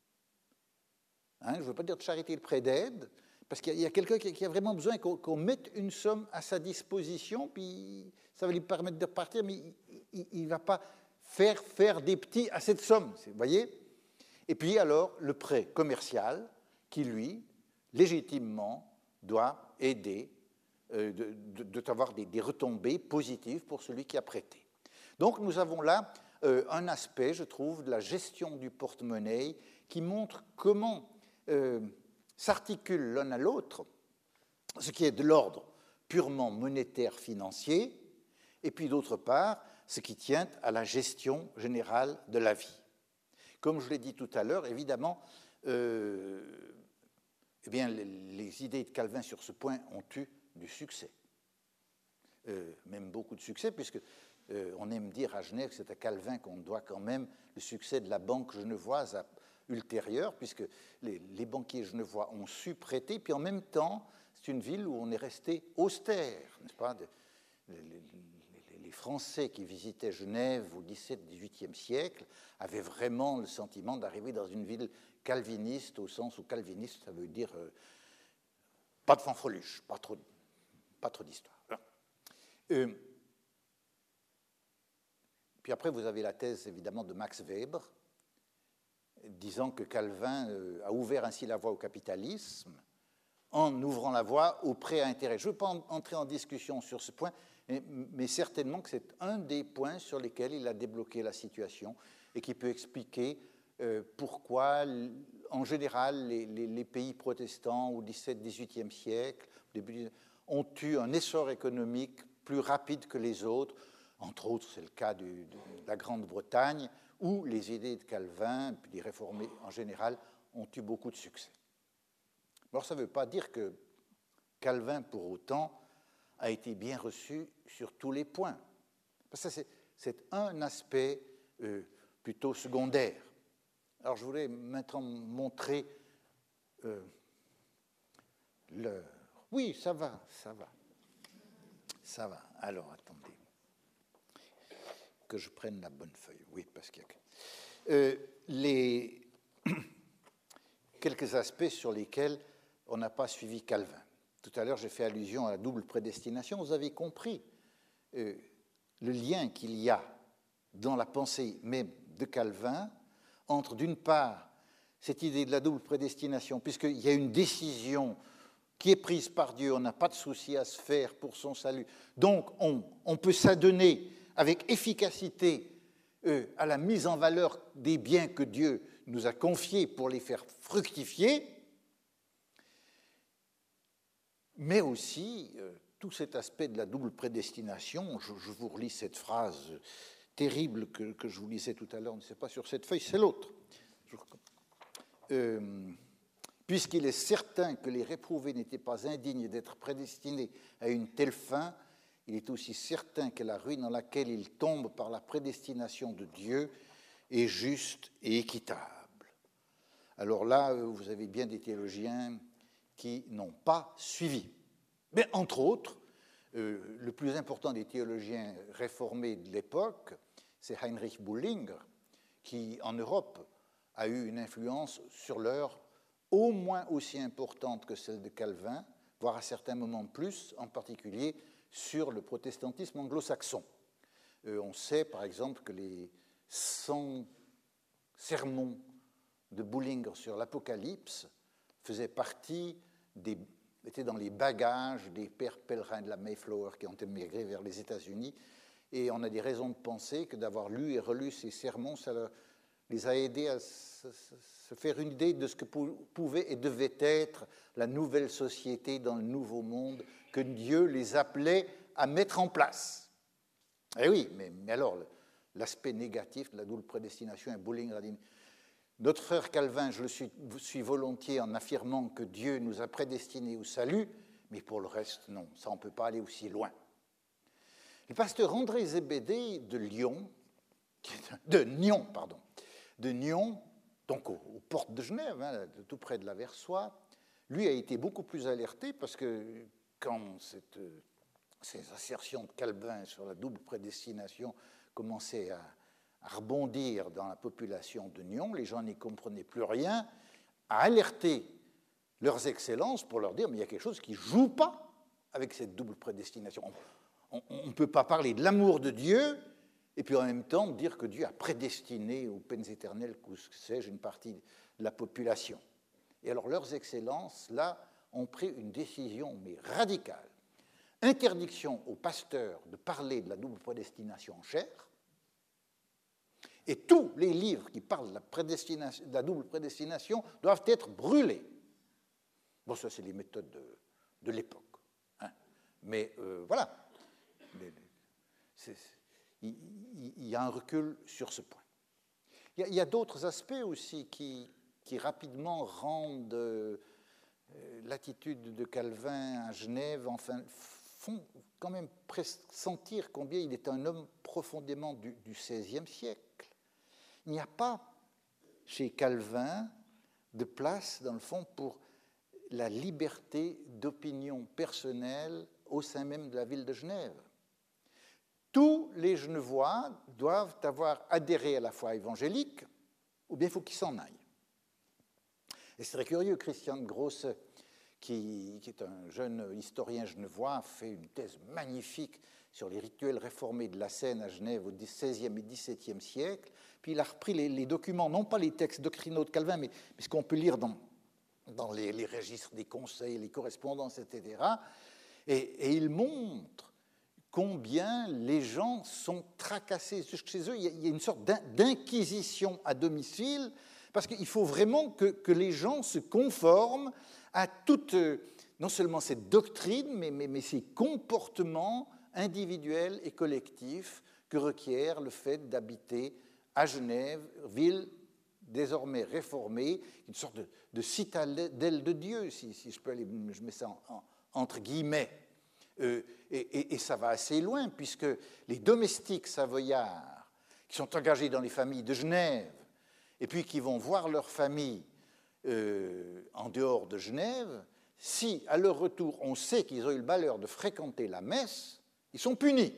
hein, je ne veux pas dire de charité, le prêt d'aide, parce qu'il y a, a quelqu'un qui, qui a vraiment besoin qu'on, qu'on mette une somme à sa disposition, puis ça va lui permettre de repartir, mais il ne va pas faire faire des petits à cette somme, vous voyez ? Et puis alors, le prêt commercial, qui lui, légitimement, doit aider, euh, de, de, de avoir des, des retombées positives pour celui qui a prêté. Donc nous avons là euh, un aspect, je trouve, de la gestion du porte-monnaie qui montre comment euh, s'articule l'un à l'autre ce qui est de l'ordre purement monétaire financier, et puis d'autre part, ce qui tient à la gestion générale de la vie. Comme je l'ai dit tout à l'heure, évidemment, euh, eh bien, les, les idées de Calvin sur ce point ont eu du succès. Euh, même beaucoup de succès, puisque euh, on aime dire à Genève que c'est à Calvin qu'on doit quand même le succès de la banque genevoise à, ultérieure, puisque les, les banquiers genevois ont su prêter, puis en même temps, c'est une ville où on est resté austère, n'est-ce pas ? De, les, les, les Français qui visitaient Genève au dix-septième, dix-huitième siècle avaient vraiment le sentiment d'arriver dans une ville calviniste, au sens où calviniste, ça veut dire euh, pas de fanfreluche, pas trop, pas trop d'histoire. Euh, puis après, vous avez la thèse, évidemment, de Max Weber, disant que Calvin euh, a ouvert ainsi la voie au capitalisme en ouvrant la voie au prêt à intérêt. Je ne veux pas en, entrer en discussion sur ce point, mais, mais certainement que c'est un des points sur lesquels il a débloqué la situation et qui peut expliquer euh, pourquoi, en général, les, les, les pays protestants au dix-septième, dix-huitième siècle début, ont eu un essor économique plus rapide que les autres. Entre autres, c'est le cas du, de la Grande-Bretagne, où les idées de Calvin, puis des réformés en général, ont eu beaucoup de succès. Alors ça ne veut pas dire que Calvin, pour autant, a été bien reçu sur tous les points. Parce que c'est, c'est un aspect euh, plutôt secondaire. Alors je voulais maintenant montrer euh, le... Oui, ça va, ça va. Ça va. Alors, attendez. Que je prenne la bonne feuille. Oui, parce qu'il y a... Euh, les... Quelques aspects sur lesquels on n'a pas suivi Calvin. Tout à l'heure, j'ai fait allusion à la double prédestination. Vous avez compris euh, le lien qu'il y a dans la pensée même de Calvin entre, d'une part, cette idée de la double prédestination, puisqu'il y a une décision qui est prise par Dieu, on n'a pas de souci à se faire pour son salut. Donc, on, on peut s'adonner avec efficacité euh, à la mise en valeur des biens que Dieu nous a confiés pour les faire fructifier, mais aussi euh, tout cet aspect de la double prédestination. Je, je vous relis cette phrase terrible que, que je vous lisais tout à l'heure, ne sais pas sur cette feuille, c'est l'autre. Euh, Puisqu'il est certain que les réprouvés n'étaient pas indignes d'être prédestinés à une telle fin, il est aussi certain que la ruine dans laquelle ils tombent par la prédestination de Dieu est juste et équitable. Alors là, vous avez bien des théologiens qui n'ont pas suivi. Mais entre autres, euh, le plus important des théologiens réformés de l'époque, c'est Heinrich Bullinger, qui en Europe a eu une influence sur leur au moins aussi importante que celle de Calvin, voire à certains moments plus, en particulier sur le protestantisme anglo-saxon. Euh, on sait, par exemple, que les cent sermons de Bullinger sur l'Apocalypse faisaient partie des, étaient dans les bagages des pères pèlerins de la Mayflower qui ont émigré vers les États-Unis, et on a des raisons de penser que d'avoir lu et relu ces sermons, ça leur, les a aidés à se, se faire une idée de ce que pouvait et devait être la nouvelle société dans le nouveau monde que Dieu les appelait à mettre en place. Eh oui, mais, mais alors, l'aspect négatif de la double prédestination est bowling radin. Notre frère Calvin, je le suis, suis volontiers en affirmant que Dieu nous a prédestinés au salut, mais pour le reste, non, ça on ne peut pas aller aussi loin. Le pasteur André Zébédé de Lyon, de Nyon, pardon, de Nyon, donc aux, aux portes de Genève, hein, tout près de la Versoix, lui a été beaucoup plus alerté parce que quand cette, ces assertions de Calvin sur la double prédestination commençaient à, à rebondir dans la population de Nyon, les gens n'y comprenaient plus rien, a alerté leurs excellences pour leur dire mais il y a quelque chose qui ne joue pas avec cette double prédestination. On ne peut pas parler de l'amour de Dieu et puis en même temps dire que Dieu a prédestiné aux peines éternelles, que sais-je, une partie de la population. Et alors leurs excellences, là, ont pris une décision mais radicale. Interdiction aux pasteurs de parler de la double prédestination en chair, et tous les livres qui parlent de la, prédestination, de la double prédestination doivent être brûlés. Bon, ça, c'est les méthodes de, de l'époque. Hein. Mais euh, voilà. C'est, il, il y a un recul sur ce point. Il y a, il y a d'autres aspects aussi qui, qui rapidement rendent euh, l'attitude de Calvin à Genève, enfin, font quand même pressentir combien il est un homme profondément du, du seizième siècle. Il n'y a pas chez Calvin de place, dans le fond, pour la liberté d'opinion personnelle au sein même de la ville de Genève. Tous les Genevois doivent avoir adhéré à la foi évangélique, ou bien il faut qu'ils s'en aillent. Et c'est très curieux, Christian Grosse, qui, qui est un jeune historien genevois, a fait une thèse magnifique sur les rituels réformés de la Seine à Genève au seizième et dix-septième siècle. Puis il a repris les, les documents, non pas les textes doctrinaux de Calvin, mais, mais ce qu'on peut lire dans, dans les, les registres des conseils, les correspondances, et cetera. Et, et il montre combien les gens sont tracassés. Chez eux, il y a une sorte d'inquisition à domicile, parce qu'il faut vraiment que, que les gens se conforment à toute, non seulement cette doctrine, mais, mais, mais ces comportements individuels et collectifs que requiert le fait d'habiter à Genève, ville désormais réformée, une sorte de, de citadelle de Dieu, si, si je peux aller, je mets ça en, en, entre guillemets. Euh, et, et, et ça va assez loin, puisque les domestiques savoyards qui sont engagés dans les familles de Genève, et puis qui vont voir leur famille euh, en dehors de Genève, si à leur retour on sait qu'ils ont eu le malheur de fréquenter la messe, ils sont punis.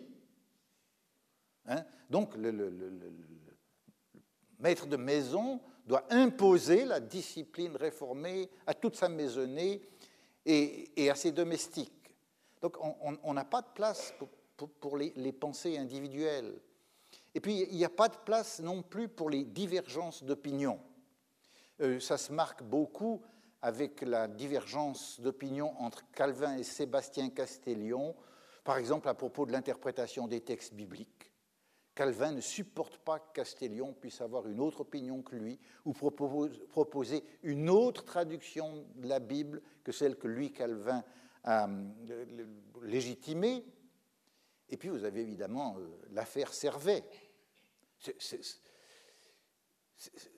Hein? Donc le, le, le, le, le maître de maison doit imposer la discipline réformée à toute sa maisonnée et, et à ses domestiques. Donc on n'a pas de place pour, pour, pour les, les pensées individuelles. Et puis il n'y a pas de place non plus pour les divergences d'opinion. Euh, ça se marque beaucoup avec la divergence d'opinion entre Calvin et Sébastien Castellion, par exemple à propos de l'interprétation des textes bibliques. Calvin ne supporte pas que Castellion puisse avoir une autre opinion que lui ou propose, proposer une autre traduction de la Bible que celle que lui, Calvin, a euh, légitimée. Et puis vous avez évidemment euh, l'affaire Servet. C'est, c'est, c'est,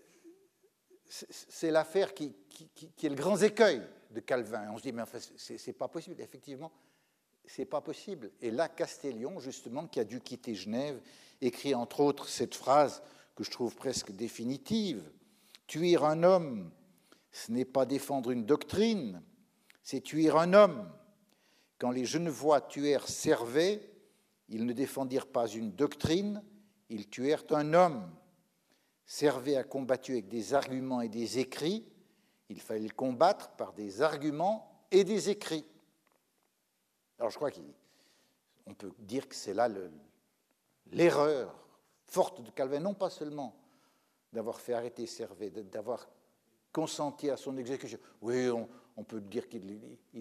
c'est l'affaire qui, qui, qui est le grand écueil de Calvin. On se dit, mais enfin, c'est, c'est pas possible. Effectivement, c'est pas possible. Et là, Castellion, justement, qui a dû quitter Genève, écrit entre autres cette phrase que je trouve presque définitive. Tuer un homme, ce n'est pas défendre une doctrine, c'est tuer un homme. Quand les Genevois tuèrent Servet, ils ne défendirent pas une doctrine, ils tuèrent un homme. Servet a combattu avec des arguments et des écrits. Il fallait le combattre par des arguments et des écrits. Alors je crois qu'on peut dire que c'est là le, l'erreur forte de Calvin, non pas seulement d'avoir fait arrêter Servet, d'avoir consenti à son exécution. Oui, on, on peut dire qu'il il a,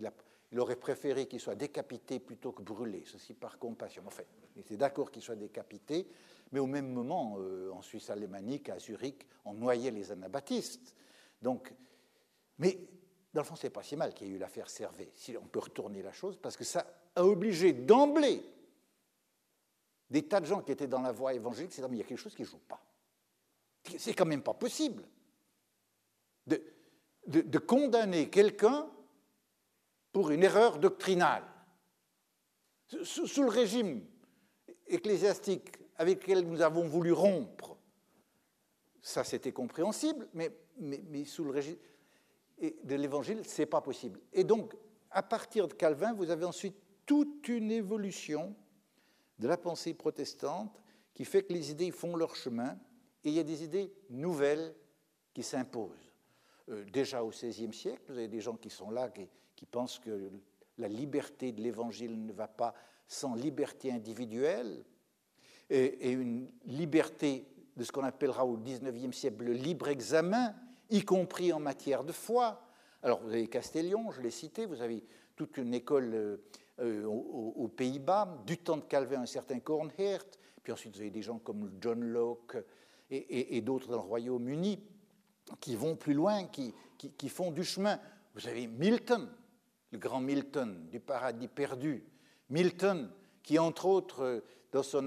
Il aurait préféré qu'il soit décapité plutôt que brûlé, ceci par compassion. Enfin, il était d'accord qu'il soit décapité, mais au même moment, euh, en Suisse alémanique, à Zurich, on noyait les anabaptistes. Donc, mais dans le fond, ce n'est pas si mal qu'il y ait eu l'affaire Servet, si on peut retourner la chose, parce que ça a obligé d'emblée des tas de gens qui étaient dans la voie évangélique, c'est-à-dire, mais il y a quelque chose qui ne joue pas. C'est quand même pas possible de, de, de condamner quelqu'un pour une erreur doctrinale. Sous, sous le régime ecclésiastique avec lequel nous avons voulu rompre, ça c'était compréhensible, mais, mais, mais sous le régime de l'Évangile, ce n'est pas possible. Et donc, à partir de Calvin, vous avez ensuite toute une évolution de la pensée protestante qui fait que les idées font leur chemin et il y a des idées nouvelles qui s'imposent. Euh, déjà au seizième siècle, vous avez des gens qui sont là, qui, qui pensent que la liberté de l'Évangile ne va pas sans liberté individuelle et, et une liberté de ce qu'on appellera au dix-neuvième siècle le libre examen, y compris en matière de foi. Alors vous avez Castellion, je l'ai cité, vous avez toute une école euh, euh, aux, aux Pays-Bas, du temps de Calvin un certain Kornhert, puis ensuite vous avez des gens comme John Locke et, et, et d'autres dans le Royaume-Uni qui vont plus loin, qui, qui, qui font du chemin. Vous avez Milton, le grand Milton du Paradis perdu. Milton, qui entre autres, dans son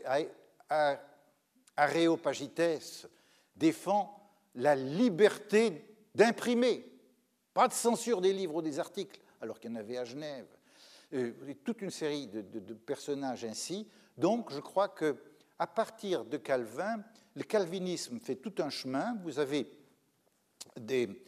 Areopagites, défend la liberté d'imprimer, pas de censure des livres ou des articles, alors qu'il y en avait à Genève. Euh, toute une série de, de, de personnages ainsi. Donc, je crois qu'à partir de Calvin, le calvinisme fait tout un chemin. Vous avez des,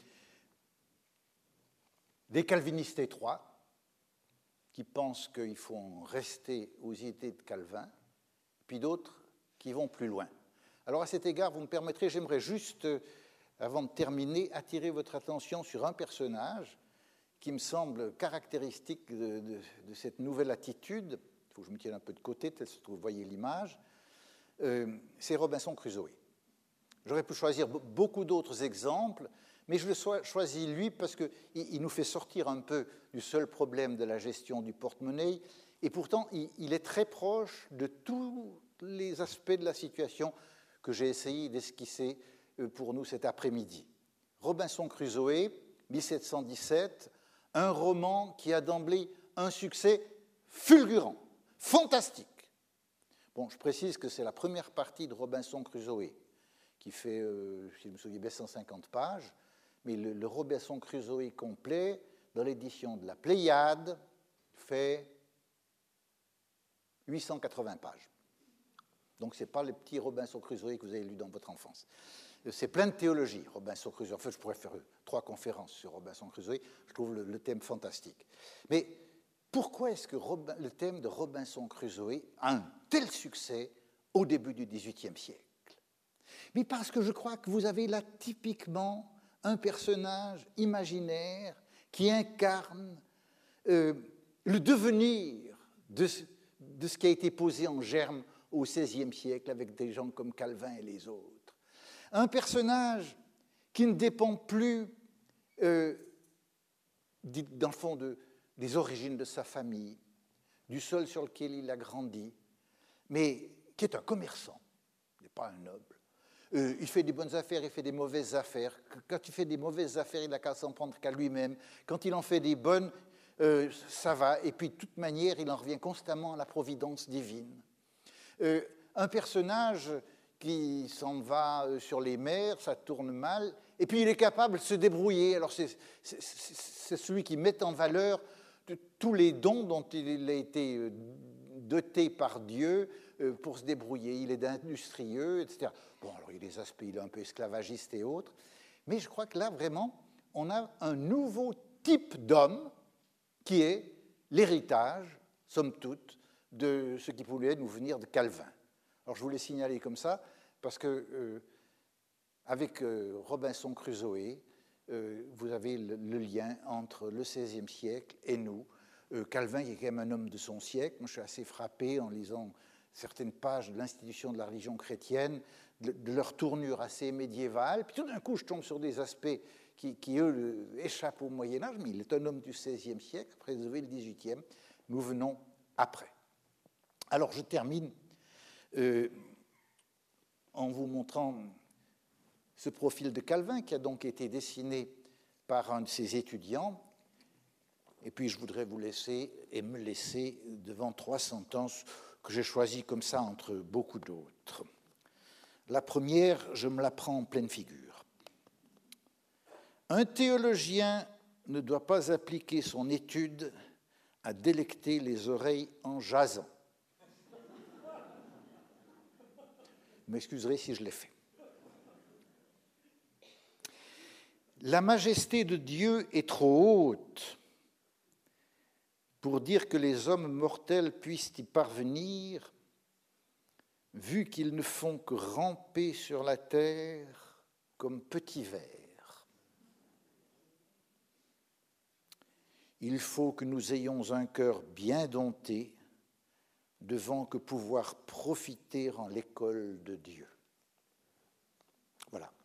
des calvinistes étroits qui pensent qu'il faut en rester aux idées de Calvin, puis d'autres qui vont plus loin. Alors, à cet égard, vous me permettrez, j'aimerais juste, avant de terminer, attirer votre attention sur un personnage qui me semble caractéristique de, de, de cette nouvelle attitude. Il faut que je me tienne un peu de côté, peut-être que vous voyez l'image. Euh, c'est Robinson Crusoe. J'aurais pu choisir beaucoup d'autres exemples, mais je le choisis lui parce qu'il il nous fait sortir un peu du seul problème de la gestion du porte-monnaie, et pourtant il, il est très proche de tous les aspects de la situation que j'ai essayé d'esquisser pour nous cet après-midi. Robinson Crusoe, mille sept cent dix-sept, un roman qui a d'emblée un succès fulgurant, fantastique. Bon, je précise que c'est la première partie de Robinson Crusoe, qui fait, euh, si je me souviens bien, cent cinquante pages, mais le, le Robinson Crusoe complet, dans l'édition de la Pléiade, fait huit cent quatre-vingts pages. Donc, ce n'est pas le petit Robinson Crusoe que vous avez lu dans votre enfance. C'est plein de théologie, Robinson Crusoe. En fait, je pourrais faire trois conférences sur Robinson Crusoe. Je trouve le, le thème fantastique. Mais pourquoi est-ce que Robin, le thème de Robinson Crusoe a un tel succès au début du dix-huitième siècle? Mais parce que je crois que vous avez là typiquement un personnage imaginaire qui incarne euh, le devenir de ce, de ce qui a été posé en germe au seizième siècle avec des gens comme Calvin et les autres. Un personnage qui ne dépend plus, euh, dans le fond, de, des origines de sa famille, du sol sur lequel il a grandi, mais qui est un commerçant, il n'est pas un noble. Euh, il fait des bonnes affaires, il fait des mauvaises affaires. Quand il fait des mauvaises affaires, il n'a qu'à s'en prendre qu'à lui-même. Quand il en fait des bonnes, euh, ça va. Et puis, de toute manière, il en revient constamment à la providence divine. Euh, un personnage qui s'en va sur les mers, ça tourne mal, et puis il est capable de se débrouiller. Alors c'est, c'est, c'est celui qui met en valeur de, tous les dons dont il a été doté par Dieu pour se débrouiller. Il est industrieux, et cetera. Bon, alors il y a des aspects, il est un peu esclavagiste et autres, mais je crois que là, vraiment, on a un nouveau type d'homme qui est l'héritage, somme toute, de ce qui pouvait nous venir de Calvin. Alors, je voulais signaler comme ça, parce que euh, avec euh, Robinson Crusoe, euh, vous avez le, le lien entre le seizième siècle et nous. Euh, Calvin, qui est quand même un homme de son siècle, moi je suis assez frappé en lisant certaines pages de l'institution de la religion chrétienne, de, de leur tournure assez médiévale. Puis tout d'un coup, je tombe sur des aspects qui, qui eux, le, échappent au Moyen-Âge, mais il est un homme du seizième siècle, après vous avez le dix-huitième, nous venons après. Alors, je termine euh, en vous montrant ce profil de Calvin qui a donc été dessiné par un de ses étudiants. Et puis, je voudrais vous laisser et me laisser devant trois sentences que j'ai choisies comme ça entre beaucoup d'autres. La première, je me la prends en pleine figure. Un théologien ne doit pas appliquer son étude à délecter les oreilles en jasant. Vous m'excuserez si je l'ai fait. La majesté de Dieu est trop haute pour dire que les hommes mortels puissent y parvenir, vu qu'ils ne font que ramper sur la terre comme petits vers. Il faut que nous ayons un cœur bien dompté devant que pouvoir profiter en l'école de Dieu. Voilà.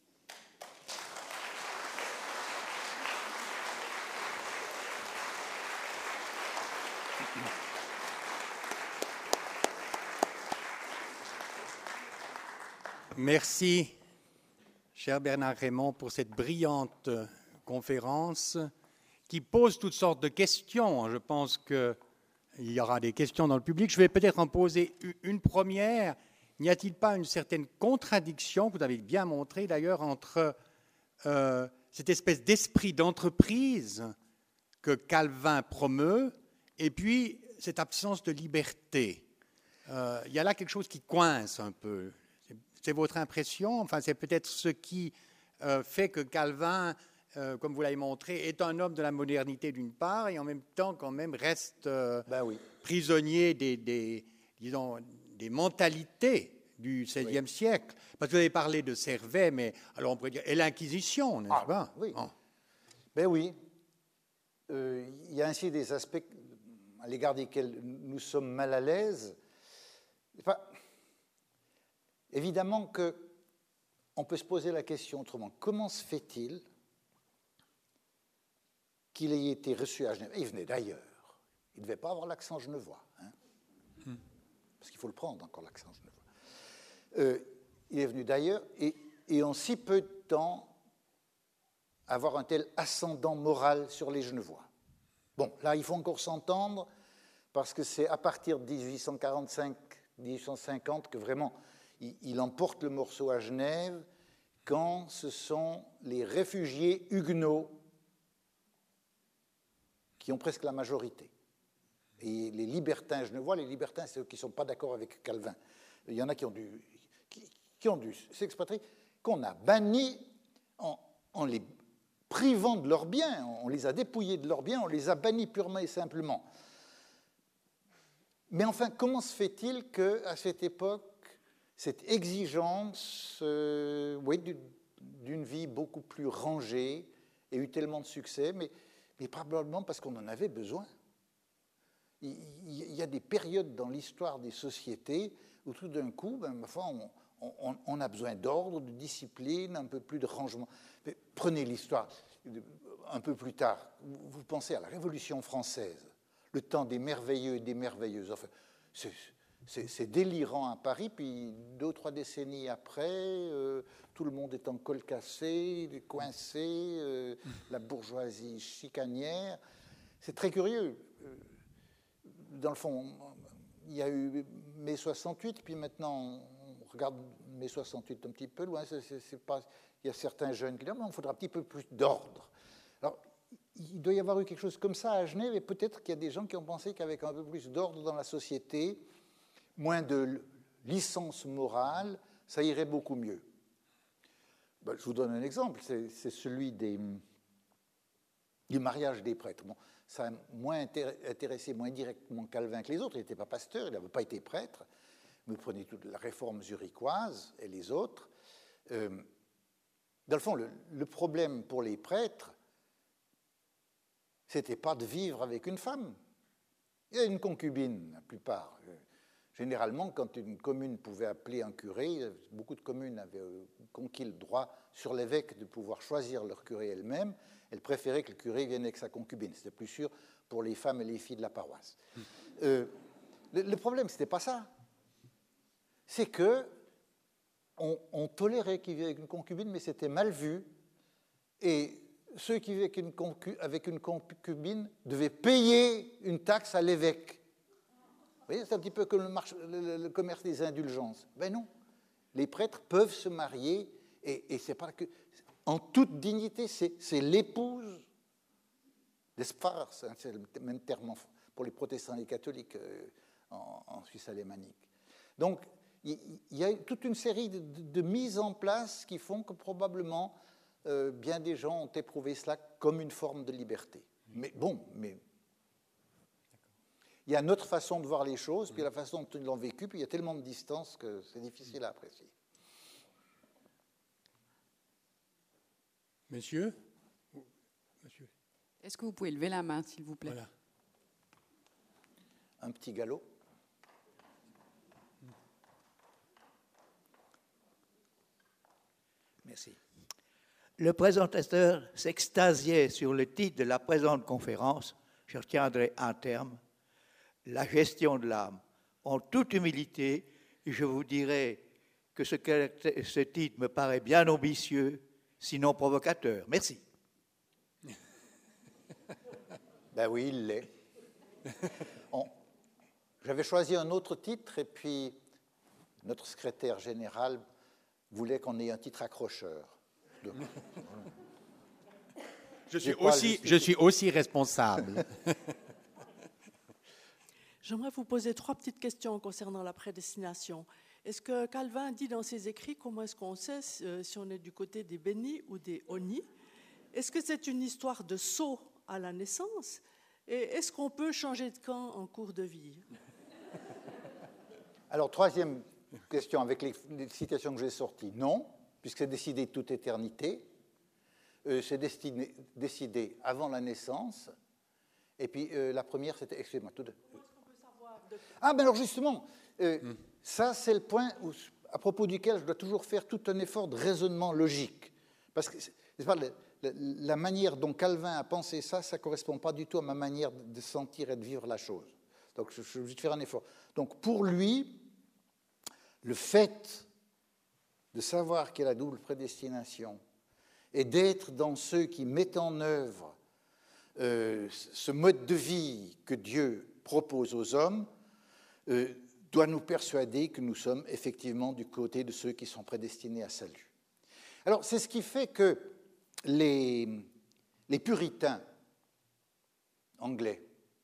Merci, cher Bernard Raymond, pour cette brillante conférence qui pose toutes sortes de questions. Je pense qu'il y aura des questions dans le public. Je vais peut-être en poser une première. N'y a-t-il pas une certaine contradiction, que vous avez bien montré d'ailleurs, entre euh, cette espèce d'esprit d'entreprise que Calvin promeut et puis cette absence de liberté? euh, Il y a là quelque chose qui coince un peu. C'est votre impression? Enfin, c'est peut-être ce qui euh, fait que Calvin, euh, comme vous l'avez montré, est un homme de la modernité d'une part et en même temps quand même reste euh, ben oui. prisonnier des, des, disons, des mentalités du seizième oui. siècle. Parce que vous avez parlé de Servet, mais alors on pourrait dire, et l'Inquisition, n'est-ce ah, pas? Oui. Oh. Ben oui. Euh, il y a ainsi des aspects à l'égard desquels nous sommes mal à l'aise. Enfin, évidemment qu'on peut se poser la question autrement. Comment se fait-il qu'il ait été reçu à Genève? Il venait d'ailleurs. Il ne devait pas avoir l'accent genevois. Hein, hmm. Parce qu'il faut le prendre encore, l'accent genevois. Euh, il est venu d'ailleurs, et, et en si peu de temps, avoir un tel ascendant moral sur les Genevois. Bon, là, il faut encore s'entendre, parce que c'est à partir de dix-huit cent quarante-cinq dix-huit cent cinquante que vraiment il, il emporte le morceau à Genève, quand ce sont les réfugiés huguenots qui ont presque la majorité. Et les libertins genevois, les libertins, c'est ceux qui ne sont pas d'accord avec Calvin. Il y en a qui ont dû, qui, qui ont dû s'expatrier, qu'on a bannis en, en les privant de leurs biens, on les a dépouillés de leurs biens, on les a bannis purement et simplement. Mais enfin, comment se fait-il qu'à cette époque, cette exigence euh, oui, d'une vie beaucoup plus rangée ait eu tellement de succès, mais, mais probablement parce qu'on en avait besoin. Il, il y a des périodes dans l'histoire des sociétés où tout d'un coup, ben, ma foi, on, on, on a besoin d'ordre, de discipline, un peu plus de rangement. Mais prenez l'histoire un peu plus tard. Vous pensez à la Révolution française, le temps des merveilleux et des merveilleuses. Enfin, c'est, c'est, c'est délirant à Paris, puis deux ou trois décennies après, euh, tout le monde est en col cassé, coincé, euh, la bourgeoisie chicanière. C'est très curieux. Dans le fond, il y a eu mai soixante-huit, puis maintenant, on regarde mai soixante-huit un petit peu loin. C'est, c'est, c'est pas, il y a certains jeunes qui disent « il faudra un petit peu plus d'ordre ». Alors, il doit y avoir eu quelque chose comme ça à Genève, et peut-être qu'il y a des gens qui ont pensé qu'avec un peu plus d'ordre dans la société, moins de licence morale, ça irait beaucoup mieux. Ben, je vous donne un exemple, c'est, c'est celui des, du mariage des prêtres. Bon, ça a moins intéressé moins directement Calvin que les autres. Il n'était pas pasteur, il n'avait pas été prêtre. Vous prenez toute la réforme zurichoise et les autres. Euh, dans le fond, le, le problème pour les prêtres, c'était pas de vivre avec une femme. Il y a une concubine, la plupart. Généralement, quand une commune pouvait appeler un curé, beaucoup de communes avaient conquis le droit sur l'évêque de pouvoir choisir leur curé elles-mêmes. Elles préféraient que le curé vienne avec sa concubine. C'était plus sûr pour les femmes et les filles de la paroisse. Euh, le, le problème, ce n'était pas ça. C'est que on, on tolérait qu'ils vivaient avec une concubine, mais c'était mal vu. Et ceux qui vivaient avec une, concu, avec une concubine devaient payer une taxe à l'évêque. Vous voyez, c'est un petit peu comme le, marché, le, le commerce des indulgences. Ben non, les prêtres peuvent se marier, et, et c'est pas que, en toute dignité, c'est, c'est l'épouse des Spars, hein, c'est le même terme pour les protestants et les catholiques euh, en, en Suisse alémanique. Donc, il y, y a toute une série de, de, de mises en place qui font que probablement euh, bien des gens ont éprouvé cela comme une forme de liberté. Mais bon, mais il y a une autre façon de voir les choses, puis la façon dont ils l'ont vécu, puis il y a tellement de distance que c'est difficile à apprécier. Monsieur, Monsieur. Est-ce que vous pouvez lever la main, s'il vous plaît? Voilà. Un petit galop. Merci. Le présentateur s'extasiait sur le titre de la présente conférence. Je retiendrai un terme: la gestion de l'âme. En toute humilité, je vous dirai que ce, ce titre me paraît bien ambitieux, sinon provocateur. Merci. Ben oui, il l'est. On, j'avais choisi un autre titre, et puis notre secrétaire général voulait qu'on ait un titre accrocheur. Donc, je, suis aussi, je suis aussi responsable. J'aimerais vous poser trois petites questions concernant la prédestination. Est-ce que Calvin dit dans ses écrits comment est-ce qu'on sait si on est du côté des bénis ou des honnis? Est-ce que c'est une histoire de saut à la naissance? Et est-ce qu'on peut changer de camp en cours de vie? Alors, troisième question, avec les, les citations que j'ai sorties, non, puisque c'est décidé de toute éternité. Euh, c'est destiné, décidé avant la naissance. Et puis, euh, la première, c'était... Excusez-moi, tout de... Ah, ben alors justement, euh, mm. ça, c'est le point où, à propos duquel je dois toujours faire tout un effort de raisonnement logique. Parce que c'est pas, la, la, la manière dont Calvin a pensé ça, ça ne correspond pas du tout à ma manière de sentir et de vivre la chose. Donc, je, je suis obligé de faire un effort. Donc, pour lui, le fait de savoir qu'il y a la double prédestination et d'être dans ceux qui mettent en œuvre euh, ce mode de vie que Dieu propose aux hommes, euh, doit nous persuader que nous sommes effectivement du côté de ceux qui sont prédestinés à salut. Alors, c'est ce qui fait que les, les puritains anglais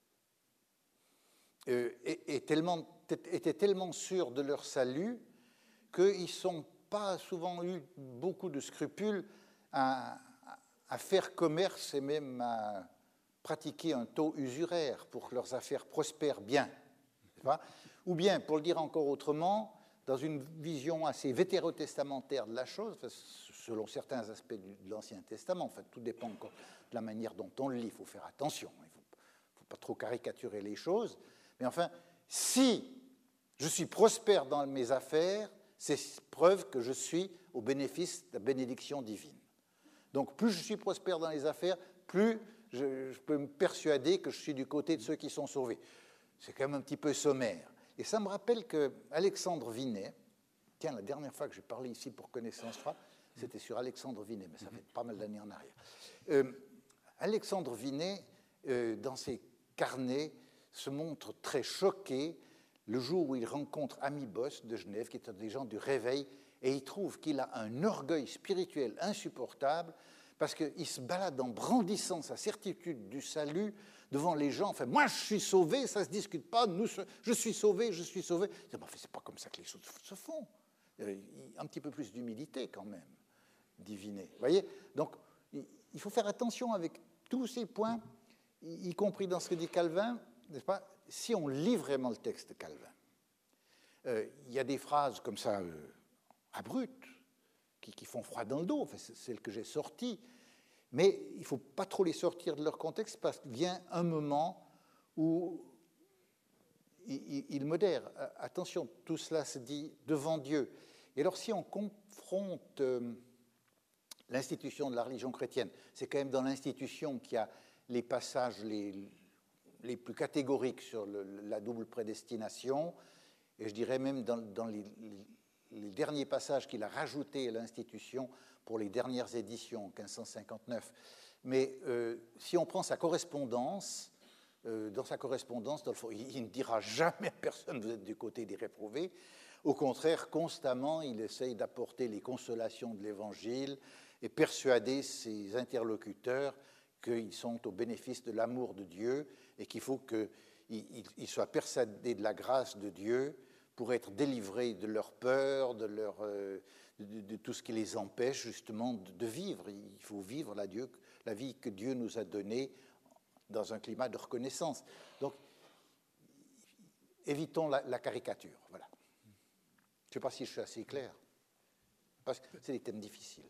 euh, étaient, tellement, étaient tellement sûrs de leur salut qu'ils n'ont pas souvent eu beaucoup de scrupules à, à faire commerce et même à pratiquer un taux usuraire pour que leurs affaires prospèrent bien. Ou bien, pour le dire encore autrement, dans une vision assez vétérotestamentaire de la chose, selon certains aspects de l'Ancien Testament, enfin, tout dépend encore de la manière dont on le lit, il faut faire attention, il ne faut, faut pas trop caricaturer les choses, mais enfin, si je suis prospère dans mes affaires, c'est preuve que je suis au bénéfice de la bénédiction divine. Donc, plus je suis prospère dans les affaires, plus je, je peux me persuader que je suis du côté de ceux qui sont sauvés. C'est quand même un petit peu sommaire. Et ça me rappelle qu'Alexandre Vinet, tiens, la dernière fois que j'ai parlé ici pour Connaissance trois, c'était sur Alexandre Vinet, mais ça fait pas mal d'années en arrière. Euh, Alexandre Vinet, euh, dans ses carnets, se montre très choqué le jour où il rencontre Amybos de Genève, qui est un des gens du Réveil, et il trouve qu'il a un orgueil spirituel insupportable, parce qu'il se balade en brandissant sa certitude du salut devant les gens. Enfin, moi, je suis sauvé, ça ne se discute pas. Nous, je suis sauvé, je suis sauvé. C'est enfin, pas comme ça que les choses se font. Un petit peu plus d'humilité, quand même, divinée. Vous voyez? Donc, il faut faire attention avec tous ces points, y compris dans ce que dit Calvin, n'est-ce pas? Si on lit vraiment le texte de Calvin, euh, il y a des phrases comme ça, euh, abruptes, qui, qui font froid dans le dos, enfin, c'est celles que j'ai sorties, mais il ne faut pas trop les sortir de leur contexte parce qu'il vient un moment où il, il modère. Attention, tout cela se dit devant Dieu. Et alors, si on confronte euh, l'institution de la religion chrétienne, c'est quand même dans l'institution qu'il y a les passages les, les plus catégoriques sur le, la double prédestination, et je dirais même dans, dans les, les, les derniers passages qu'il a rajoutés à l'institution pour les dernières éditions en quinze cent cinquante-neuf. Mais euh, si on prend sa correspondance, euh, dans sa correspondance, dans le fond, il, il ne dira jamais à personne « vous êtes du côté des réprouvés ». Au contraire, constamment, il essaye d'apporter les consolations de l'Évangile et persuader ses interlocuteurs qu'ils sont au bénéfice de l'amour de Dieu et qu'il faut qu'ils soient persuadés de la grâce de Dieu pour être délivrés de leur peur, de, leur, euh, de, de tout ce qui les empêche justement de, de vivre. Il faut vivre la, Dieu, la vie que Dieu nous a donnée dans un climat de reconnaissance. Donc, évitons la, la caricature. Voilà. Je ne sais pas si je suis assez clair, parce que c'est des thèmes difficiles.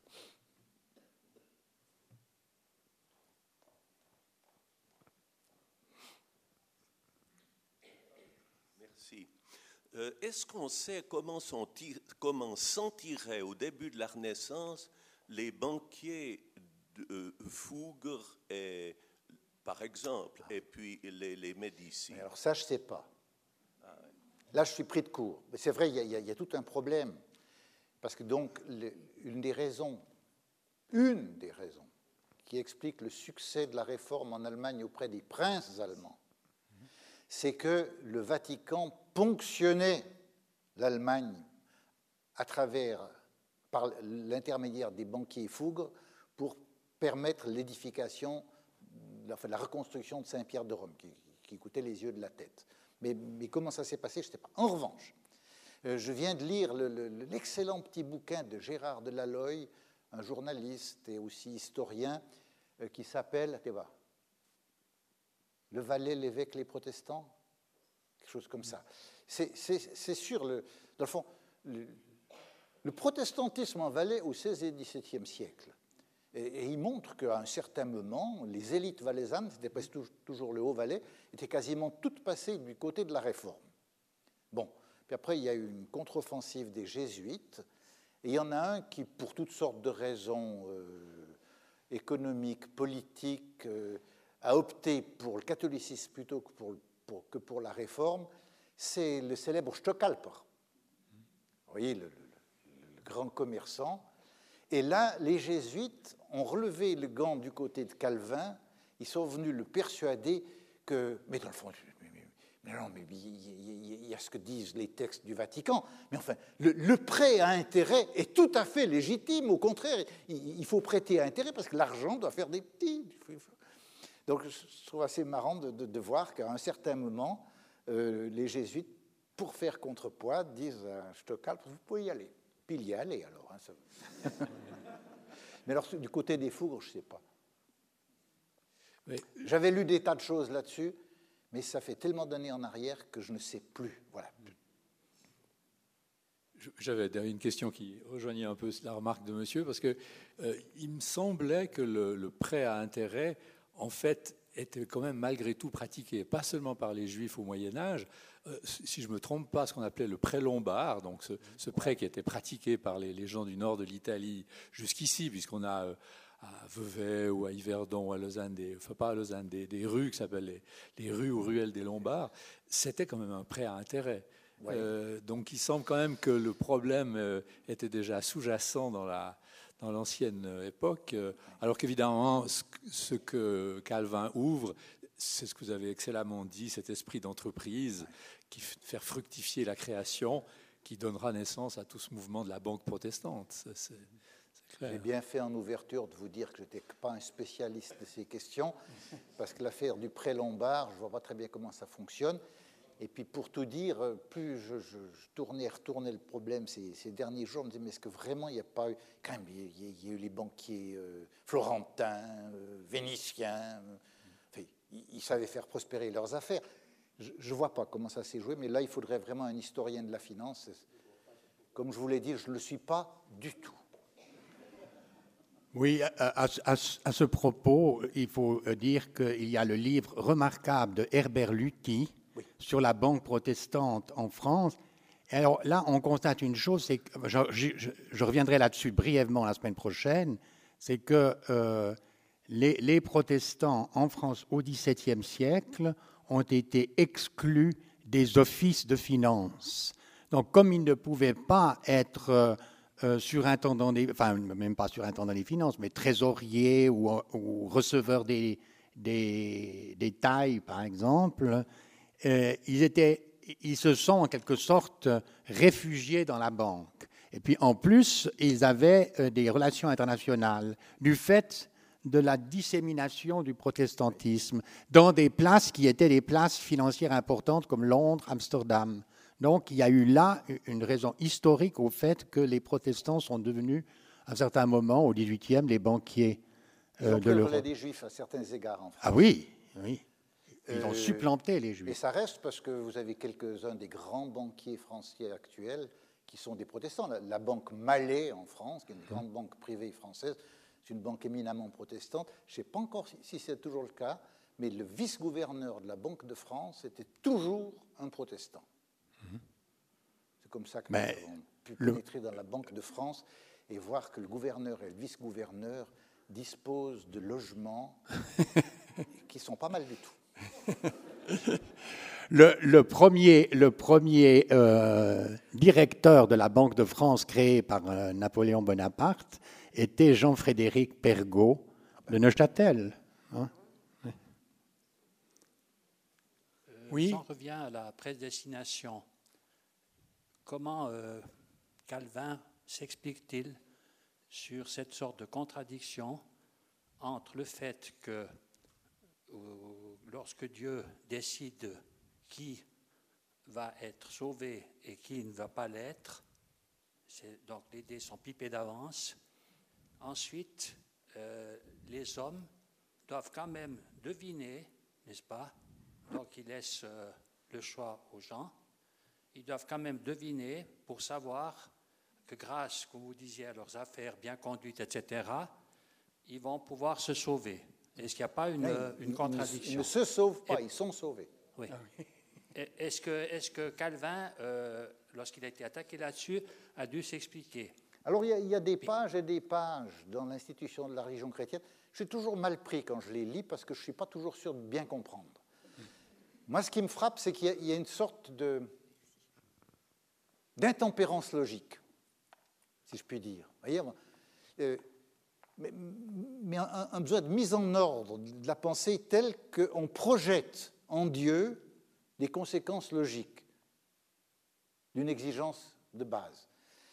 Merci. Euh, est-ce qu'on sait comment, sentir, comment sentiraient au début de la Renaissance les banquiers de euh, Fugger, et, par exemple, et puis les, les Médicis? Alors ça, je ne sais pas. Ah ouais. Là, je suis pris de court. Mais c'est vrai, il y, il y a tout un problème. Parce que donc, le, une des raisons, une des raisons qui explique le succès de la réforme en Allemagne auprès des princes allemands, c'est que le Vatican ponctionnait l'Allemagne à travers, par l'intermédiaire des banquiers Fugger pour permettre l'édification, enfin, la reconstruction de Saint-Pierre de Rome, qui, qui coûtait les yeux de la tête. Mais, mais comment ça s'est passé, je ne sais pas. En revanche, euh, je viens de lire le, le, l'excellent petit bouquin de Gérard de Laloy, un journaliste et aussi historien, euh, qui s'appelle, tu vois, Le Valais, l'évêque, les protestants, quelque chose comme ça. C'est, c'est, c'est sur le, dans le fond, le, le protestantisme en Valais au seizième et dix-septième siècle. Et, et il montre qu'à un certain moment, les élites valaisannes, c'était presque toujours le Haut-Valais, étaient quasiment toutes passées du côté de la Réforme. Bon, puis après, il y a eu une contre-offensive des jésuites, et il y en a un qui, pour toutes sortes de raisons euh, économiques, politiques, euh, a opté pour le catholicisme plutôt que pour, pour, que pour la réforme, c'est le célèbre Stockalper. Vous voyez, le, le, le grand commerçant. Et là, les jésuites ont relevé le gant du côté de Calvin. Ils sont venus le persuader que... Mais dans le fond, mais, mais, mais non, mais il y a ce que disent les textes du Vatican. Mais enfin, le, le prêt à intérêt est tout à fait légitime. Au contraire, il, il faut prêter à intérêt parce que l'argent doit faire des petits... Donc, je trouve assez marrant de, de, de voir qu'à un certain moment, euh, les jésuites, pour faire contrepoids, disent à Stockalper, vous pouvez y aller. Puis il y est allé, alors. Hein, ça... Mais alors, du côté des Fugger, je ne sais pas. Oui. J'avais lu des tas de choses là-dessus, mais ça fait tellement d'années en arrière que je ne sais plus. Voilà. J'avais une question qui rejoignait un peu la remarque de monsieur, parce qu'il euh, me semblait que le, le prêt à intérêt, en fait, était quand même malgré tout pratiqué, pas seulement par les Juifs au Moyen-Âge, euh, si je ne me trompe pas, ce qu'on appelait le prêt lombard, donc ce, ce prêt qui était pratiqué par les, les gens du nord de l'Italie jusqu'ici, puisqu'on a euh, à Vevey ou à Yverdon ou à Lausanne, des, enfin pas à Lausanne, des, des rues qui s'appellent les, les rues ou ruelles des Lombards, c'était quand même un prêt à intérêt. Ouais. Euh, donc il semble quand même que le problème euh, était déjà sous-jacent dans la... dans l'ancienne époque, alors qu'évidemment, ce que Calvin ouvre, c'est ce que vous avez excellemment dit, cet esprit d'entreprise qui fait faire fructifier la création, qui donnera naissance à tout ce mouvement de la banque protestante. C'est, c'est clair. J'ai bien fait en ouverture de vous dire que je n'étais pas un spécialiste de ces questions, parce que l'affaire du prêt lombard, je ne vois pas très bien comment ça fonctionne. Et puis pour tout dire, plus je, je, je tournais et retournais le problème ces, ces derniers jours, je me disais, mais est-ce que vraiment il n'y a pas eu... Quand même, il y a, il y a eu les banquiers euh, florentins, euh, vénitiens, euh, enfin, ils, ils savaient faire prospérer leurs affaires. Je ne vois pas comment ça s'est joué, mais là, il faudrait vraiment un historien de la finance. Comme je vous l'ai dit, je ne le suis pas du tout. Oui, à, à, à, à ce propos, il faut dire qu'il y a le livre remarquable de Herbert Luthi, oui, sur la banque protestante en France. Et alors là, on constate une chose, c'est que, je, je, je reviendrai là-dessus brièvement la semaine prochaine, c'est que euh, les, les protestants en France au XVIIe siècle ont été exclus des offices de finances. Donc, comme ils ne pouvaient pas être euh, euh, surintendants, des, enfin, même pas surintendants des finances, mais trésoriers ou, ou receveurs des, des, des tailles, par exemple, euh, ils, étaient, ils se sont en quelque sorte réfugiés dans la banque. Et puis, en plus, ils avaient euh, des relations internationales du fait de la dissémination du protestantisme dans des places qui étaient des places financières importantes comme Londres, Amsterdam. Donc, il y a eu là une raison historique au fait que les protestants sont devenus, à un certain moment, au dix-huitième, les banquiers euh, de l'Europe. Ils ont pris des Juifs à certains égards en France. Ah oui, oui. Ils Euh, ont supplanté les Juifs. Et ça reste parce que vous avez quelques-uns des grands banquiers français actuels qui sont des protestants. La, la banque Mallet en France, qui est une grande banque privée française, c'est une banque éminemment protestante. Je ne sais pas encore si, si c'est toujours le cas, mais le vice-gouverneur de la Banque de France était toujours un protestant. Mmh. C'est comme ça que mais nous avons pu pénétrer le... dans la Banque de France et voir que le gouverneur et le vice-gouverneur disposent de logements qui sont pas mal du tout. Le, le premier, le premier euh, directeur de la Banque de France créé par euh, Napoléon Bonaparte était Jean-Frédéric Pergaud de Neuchâtel. Hein? Euh, oui. J'en reviens à la prédestination. Comment euh, Calvin s'explique-t-il sur cette sorte de contradiction entre le fait que euh, lorsque Dieu décide qui va être sauvé et qui ne va pas l'être, c'est, donc les dés sont pipés d'avance. Ensuite, euh, les hommes doivent quand même deviner, n'est-ce pas? Donc ils laissent euh, le choix aux gens. Ils doivent quand même deviner pour savoir que grâce, comme vous disiez, à leurs affaires bien conduites, et cetera, ils vont pouvoir se sauver. Est-ce qu'il n'y a pas une, ils, une contradiction? Ils ne se sauvent pas, et, ils sont sauvés. Oui. Ah oui. Est-ce que, est-ce que Calvin, euh, lorsqu'il a été attaqué là-dessus, a dû s'expliquer? Alors, il y, a, il y a des pages et des pages dans l'institution de la religion chrétienne. Je suis toujours mal pris quand je les lis parce que je ne suis pas toujours sûr de bien comprendre. Mmh. Moi, ce qui me frappe, c'est qu'il y a, il y a une sorte de, d'intempérance logique, si je puis dire. Vous voyez, euh, mais, mais un, un besoin de mise en ordre de la pensée telle qu'on projette en Dieu des conséquences logiques d'une exigence de base.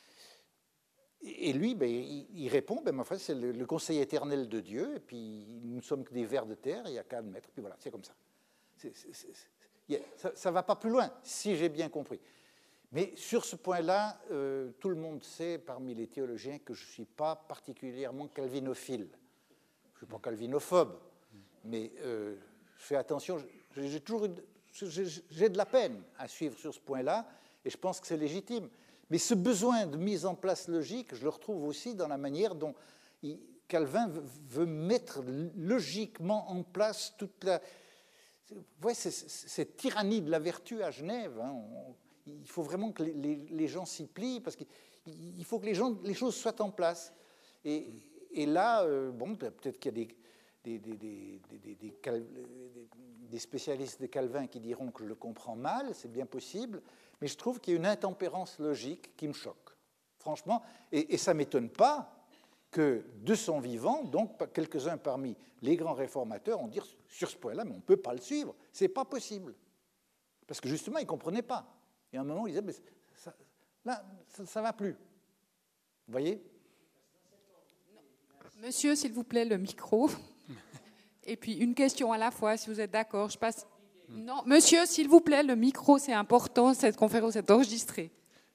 Et lui, ben, il, il répond, ben, ma frère, c'est le, le conseil éternel de Dieu, et puis nous ne sommes que des vers de terre, il n'y a qu'à admettre, puis voilà, c'est comme ça. C'est, c'est, c'est, c'est, ça ne va pas plus loin, si j'ai bien compris. Mais sur ce point-là, euh, tout le monde sait, parmi les théologiens, que je ne suis pas particulièrement calvinophile. Je ne suis pas calvinophobe, mais euh, je fais attention, j'ai, j'ai toujours une, j'ai, j'ai de la peine à suivre sur ce point-là, et je pense que c'est légitime. Mais ce besoin de mise en place logique, je le retrouve aussi dans la manière dont il, Calvin veut mettre logiquement en place toute la... Vous voyez, c'est, c'est, cette tyrannie de la vertu à Genève. Hein, on, il faut vraiment que les, les, les gens s'y plient, parce qu'il faut que les, gens, les choses soient en place. Et, et là, euh, bon, peut-être qu'il y a des, des, des, des, des, des, cal, des, des spécialistes de Calvin qui diront que je le comprends mal, c'est bien possible, mais je trouve qu'il y a une intempérance logique qui me choque, franchement, et, et ça ne m'étonne pas que de son vivant, donc quelques-uns parmi les grands réformateurs ont dit sur ce point-là, mais on ne peut pas le suivre, ce n'est pas possible, parce que justement, ils ne comprenaient pas. Et à un moment, ils disaient, mais ça, là, ça ne va plus. Vous voyez? Monsieur, s'il vous plaît, le micro. Et puis, une question à la fois, si vous êtes d'accord. Je passe... Non, monsieur, s'il vous plaît, le micro, c'est important, cette conférence est enregistrée.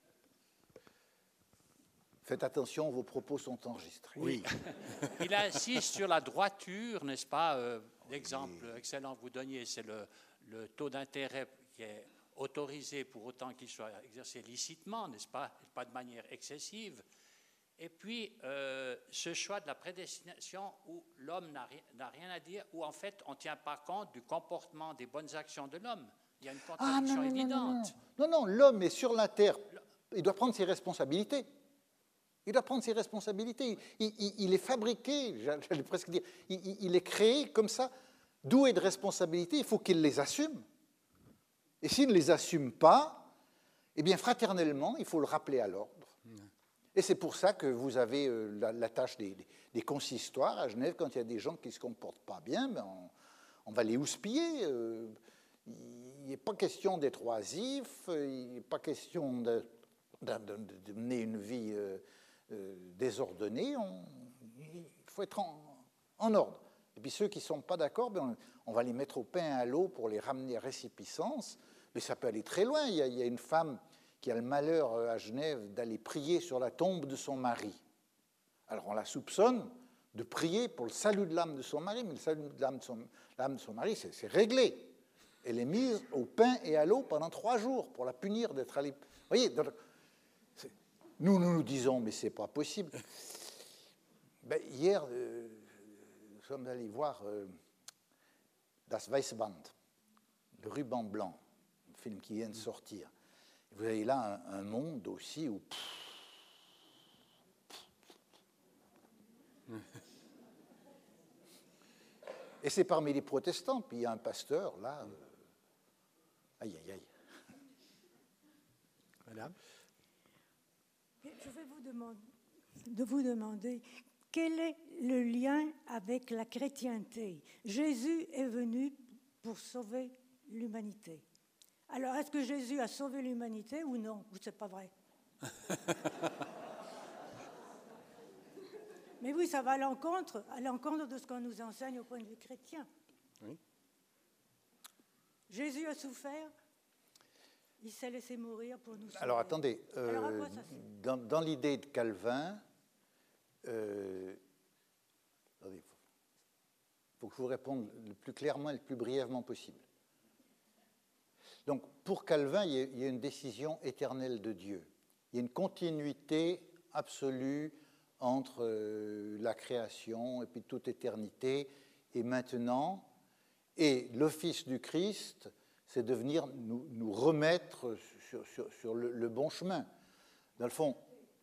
Faites attention, vos propos sont enregistrés. Oui. Il insiste sur la droiture, n'est-ce pas? euh, L'exemple oui. excellent que vous donniez, c'est le, le taux d'intérêt qui est autorisé pour autant qu'il soit exercé licitement, n'est-ce pas? Pas de manière excessive. Et puis, euh, ce choix de la prédestination où l'homme n'a rien, n'a rien à dire, où en fait on ne tient pas compte du comportement des bonnes actions de l'homme. Il y a une Ah non, contradiction non, non, non, évidente. non, non, non, l'homme est sur la terre, il doit prendre ses responsabilités. Il doit prendre ses responsabilités. Il, il, il est fabriqué, j'allais presque dire, il, il est créé comme ça, doué de responsabilités, il faut qu'il les assume. Et s'il ne les assume pas, eh bien, fraternellement, il faut le rappeler à l'ordre. Et c'est pour ça que vous avez euh, la, la tâche des, des, des consistoires à Genève, quand il y a des gens qui ne se comportent pas bien, ben on, on va les houspiller. Euh, il n'est pas question d'être oisif, il n'est pas question de, de, de, de mener une vie euh, euh, désordonnée. On, il faut être en, en ordre. Et puis ceux qui ne sont pas d'accord, ben on, on va les mettre au pain et à l'eau pour les ramener à récipiscence. Mais ça peut aller très loin. Il y a, il y a une femme qui a le malheur à Genève d'aller prier sur la tombe de son mari. Alors on la soupçonne de prier pour le salut de l'âme de son mari, mais le salut de l'âme de son, l'âme de son mari, c'est, c'est réglé. Elle est mise au pain et à l'eau pendant trois jours pour la punir d'être allée... Vous voyez, nous, nous nous disons, mais c'est pas possible. Ben, hier, euh, nous sommes allés voir euh, Das Weißband, le ruban blanc, un film qui vient de sortir. Vous avez là un, un monde aussi où... Et c'est parmi les protestants, puis il y a un pasteur, là... Euh... Aïe, aïe, aïe. Madame ? Je vais vous demander, de vous demander, quel est le lien avec la chrétienté ? Jésus est venu pour sauver l'humanité. Alors, est-ce que Jésus a sauvé l'humanité ou non ? Ou c'est pas vrai ? Mais oui, ça va à l'encontre, à l'encontre de ce qu'on nous enseigne au point de vue chrétien. Oui. Jésus a souffert, il s'est laissé mourir pour nous sauver. Alors attendez, euh, Alors, à quoi ça sert ? dans, dans l'idée de Calvin, euh, attendez, il faut, faut que je vous réponde le plus clairement et le plus brièvement possible. Donc, pour Calvin, il y, a, il y a une décision éternelle de Dieu. Il y a une continuité absolue entre euh, la création et puis toute éternité et maintenant. Et l'office du Christ, c'est de venir nous, nous remettre sur, sur, sur le, le bon chemin. Dans le fond,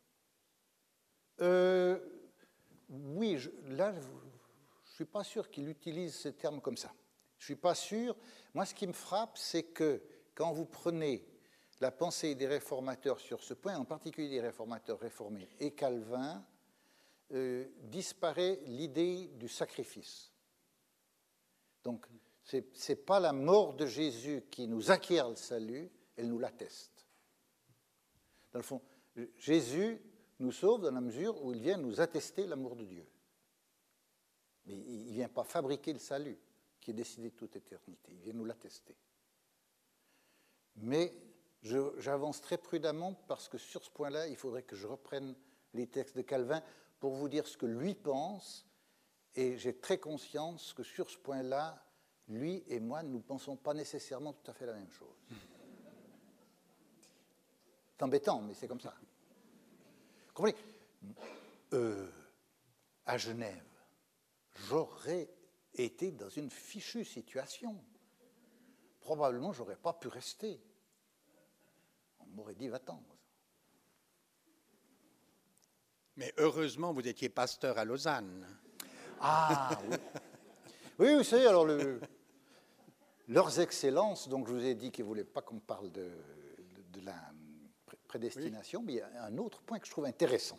euh, oui, je, là, je ne suis pas sûr qu'il utilise ces termes comme ça. Je ne suis pas sûr. Moi, ce qui me frappe, c'est que quand vous prenez la pensée des réformateurs sur ce point, en particulier des réformateurs réformés et Calvin, euh, disparaît l'idée du sacrifice. Donc, ce n'est pas la mort de Jésus qui nous acquiert le salut, elle nous l'atteste. Dans le fond, Jésus nous sauve dans la mesure où il vient nous attester l'amour de Dieu. Mais il ne vient pas fabriquer le salut qui est décidé de toute éternité, il vient nous l'attester. Mais je, j'avance très prudemment parce que sur ce point-là, il faudrait que je reprenne les textes de Calvin pour vous dire ce que lui pense, et j'ai très conscience que sur ce point-là, lui et moi, nous ne pensons pas nécessairement tout à fait la même chose. C'est embêtant, mais c'est comme ça. Vous comprenez ? euh, À Genève, j'aurais été dans une fichue situation. Probablement, je n'aurais pas pu rester. On m'aurait dit, va-t'en. Mais heureusement, vous étiez pasteur à Lausanne. Ah, oui. Oui, vous savez, alors, le, leurs excellences, donc je vous ai dit qu'ils ne voulaient pas qu'on parle de, de, de la prédestination, oui. Mais il y a un autre point que je trouve intéressant.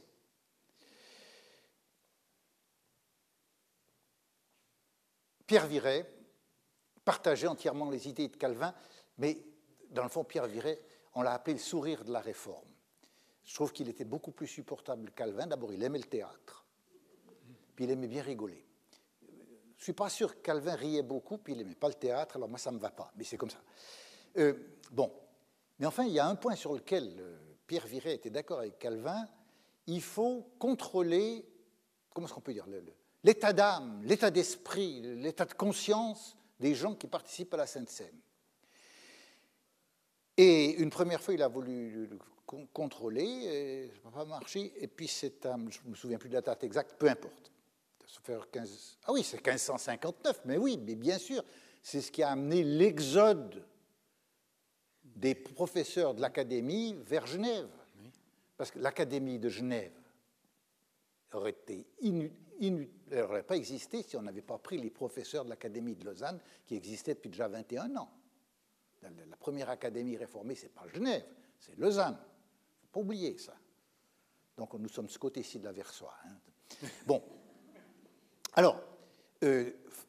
Pierre Viret partageait entièrement les idées de Calvin, mais dans le fond, Pierre Viret, on l'a appelé le sourire de la Réforme. Je trouve qu'il était beaucoup plus supportable que Calvin. D'abord, il aimait le théâtre, puis il aimait bien rigoler. Je ne suis pas sûr que Calvin riait beaucoup, puis il n'aimait pas le théâtre, alors moi, ça ne me va pas, mais c'est comme ça. Euh, bon, mais enfin, il y a un point sur lequel euh, Pierre Viret était d'accord avec Calvin, il faut contrôler, comment est-ce qu'on peut dire, le, le, l'état d'âme, l'état d'esprit, l'état de conscience des gens qui participent à la Sainte Seine. Et une première fois, il a voulu le contrôler, et ça n'a pas marché, et puis c'est un, je ne me souviens plus de la date exacte, peu importe. Ça fait quinze, ah oui, c'est quinze cent cinquante-neuf, mais oui, mais bien sûr, c'est ce qui a amené l'exode des professeurs de l'Académie vers Genève. Oui. Parce que l'Académie de Genève aurait été inu, inu, n'aurait pas existé si on n'avait pas pris les professeurs de l'Académie de Lausanne qui existaient depuis déjà vingt et un ans. La première académie réformée, ce n'est pas Genève, c'est Lausanne. Il ne faut pas oublier ça. Donc nous sommes ce côté-ci de la Versoix. Hein. Bon. Alors, euh,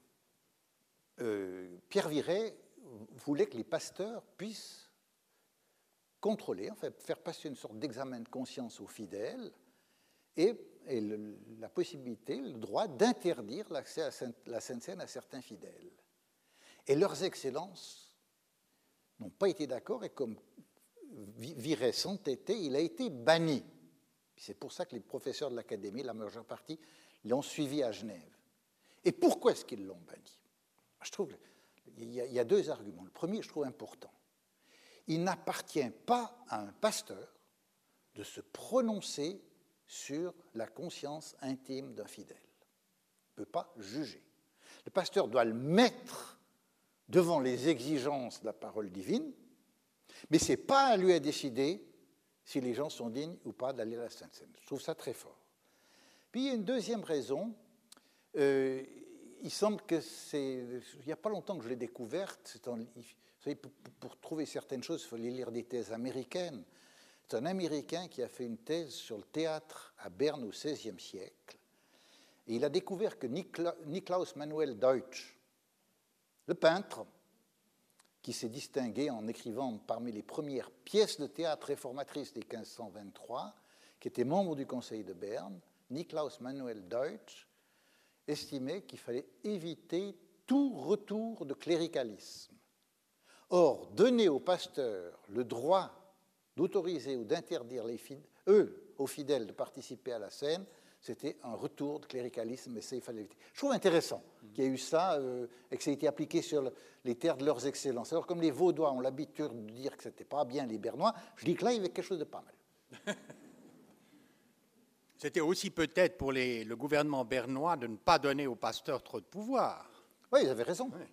euh, Pierre Viret voulait que les pasteurs puissent contrôler, en fait, faire passer une sorte d'examen de conscience aux fidèles et, et le, la possibilité, le droit d'interdire l'accès à la Sainte Seine à certains fidèles. Et leurs excellences n'ont pas été d'accord et comme Viret s'entêtait, il a été banni. C'est pour ça que les professeurs de l'Académie, la majeure partie, l'ont suivi à Genève. Et pourquoi est-ce qu'ils l'ont banni? Je trouve qu'il y, y a deux arguments. Le premier, je trouve important. Il n'appartient pas à un pasteur de se prononcer sur la conscience intime d'un fidèle. Il ne peut pas juger. Le pasteur doit le mettre devant les exigences de la parole divine, mais ce n'est pas à lui à décider si les gens sont dignes ou pas d'aller à la Sainte Seine. Je trouve ça très fort. Puis il y a une deuxième raison. Euh, il semble que c'est... Il n'y a pas longtemps que je l'ai découverte. C'est en, vous savez, pour, pour trouver certaines choses, il faut lire des thèses américaines. C'est un Américain qui a fait une thèse sur le théâtre à Berne au seizième siècle. Et il a découvert que Nikla, Niklaus Manuel Deutsch, le peintre, qui s'est distingué en écrivant parmi les premières pièces de théâtre réformatrices des quinze cent vingt-trois, qui était membre du Conseil de Berne, Niklaus Manuel Deutsch, estimait qu'il fallait éviter tout retour de cléricalisme. Or, donner aux pasteurs le droit d'autoriser ou d'interdire les fidèles, eux, aux fidèles de participer à la scène, c'était un retour de cléricalisme, et ça, il fallait éviter. Je trouve intéressant qu'il y ait eu ça euh, et que ça ait été appliqué sur le, les terres de leurs excellences. Alors, comme les Vaudois ont l'habitude de dire que ce n'était pas bien les Bernois, je dis que là, il y avait quelque chose de pas mal. C'était aussi peut-être pour les, le gouvernement bernois de ne pas donner aux pasteurs trop de pouvoir. Oui, ils avaient raison. Oui.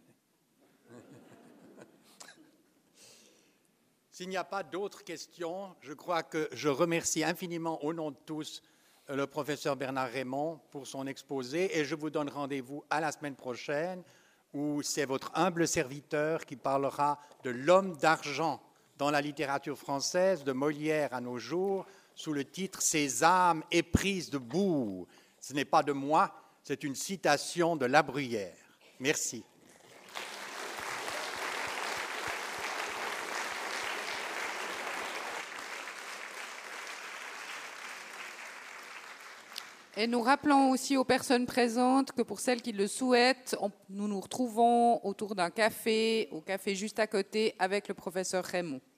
S'il n'y a pas d'autres questions, je crois que je remercie infiniment au nom de tous le professeur Bernard Raymond pour son exposé et je vous donne rendez-vous à la semaine prochaine où c'est votre humble serviteur qui parlera de l'homme d'argent dans la littérature française de Molière à nos jours sous le titre « Ces âmes éprises de boue ». Ce n'est pas de moi, c'est une citation de La Bruyère. Merci. Et nous rappelons aussi aux personnes présentes que pour celles qui le souhaitent, on, nous nous retrouvons autour d'un café, au café juste à côté, avec le professeur Raymond.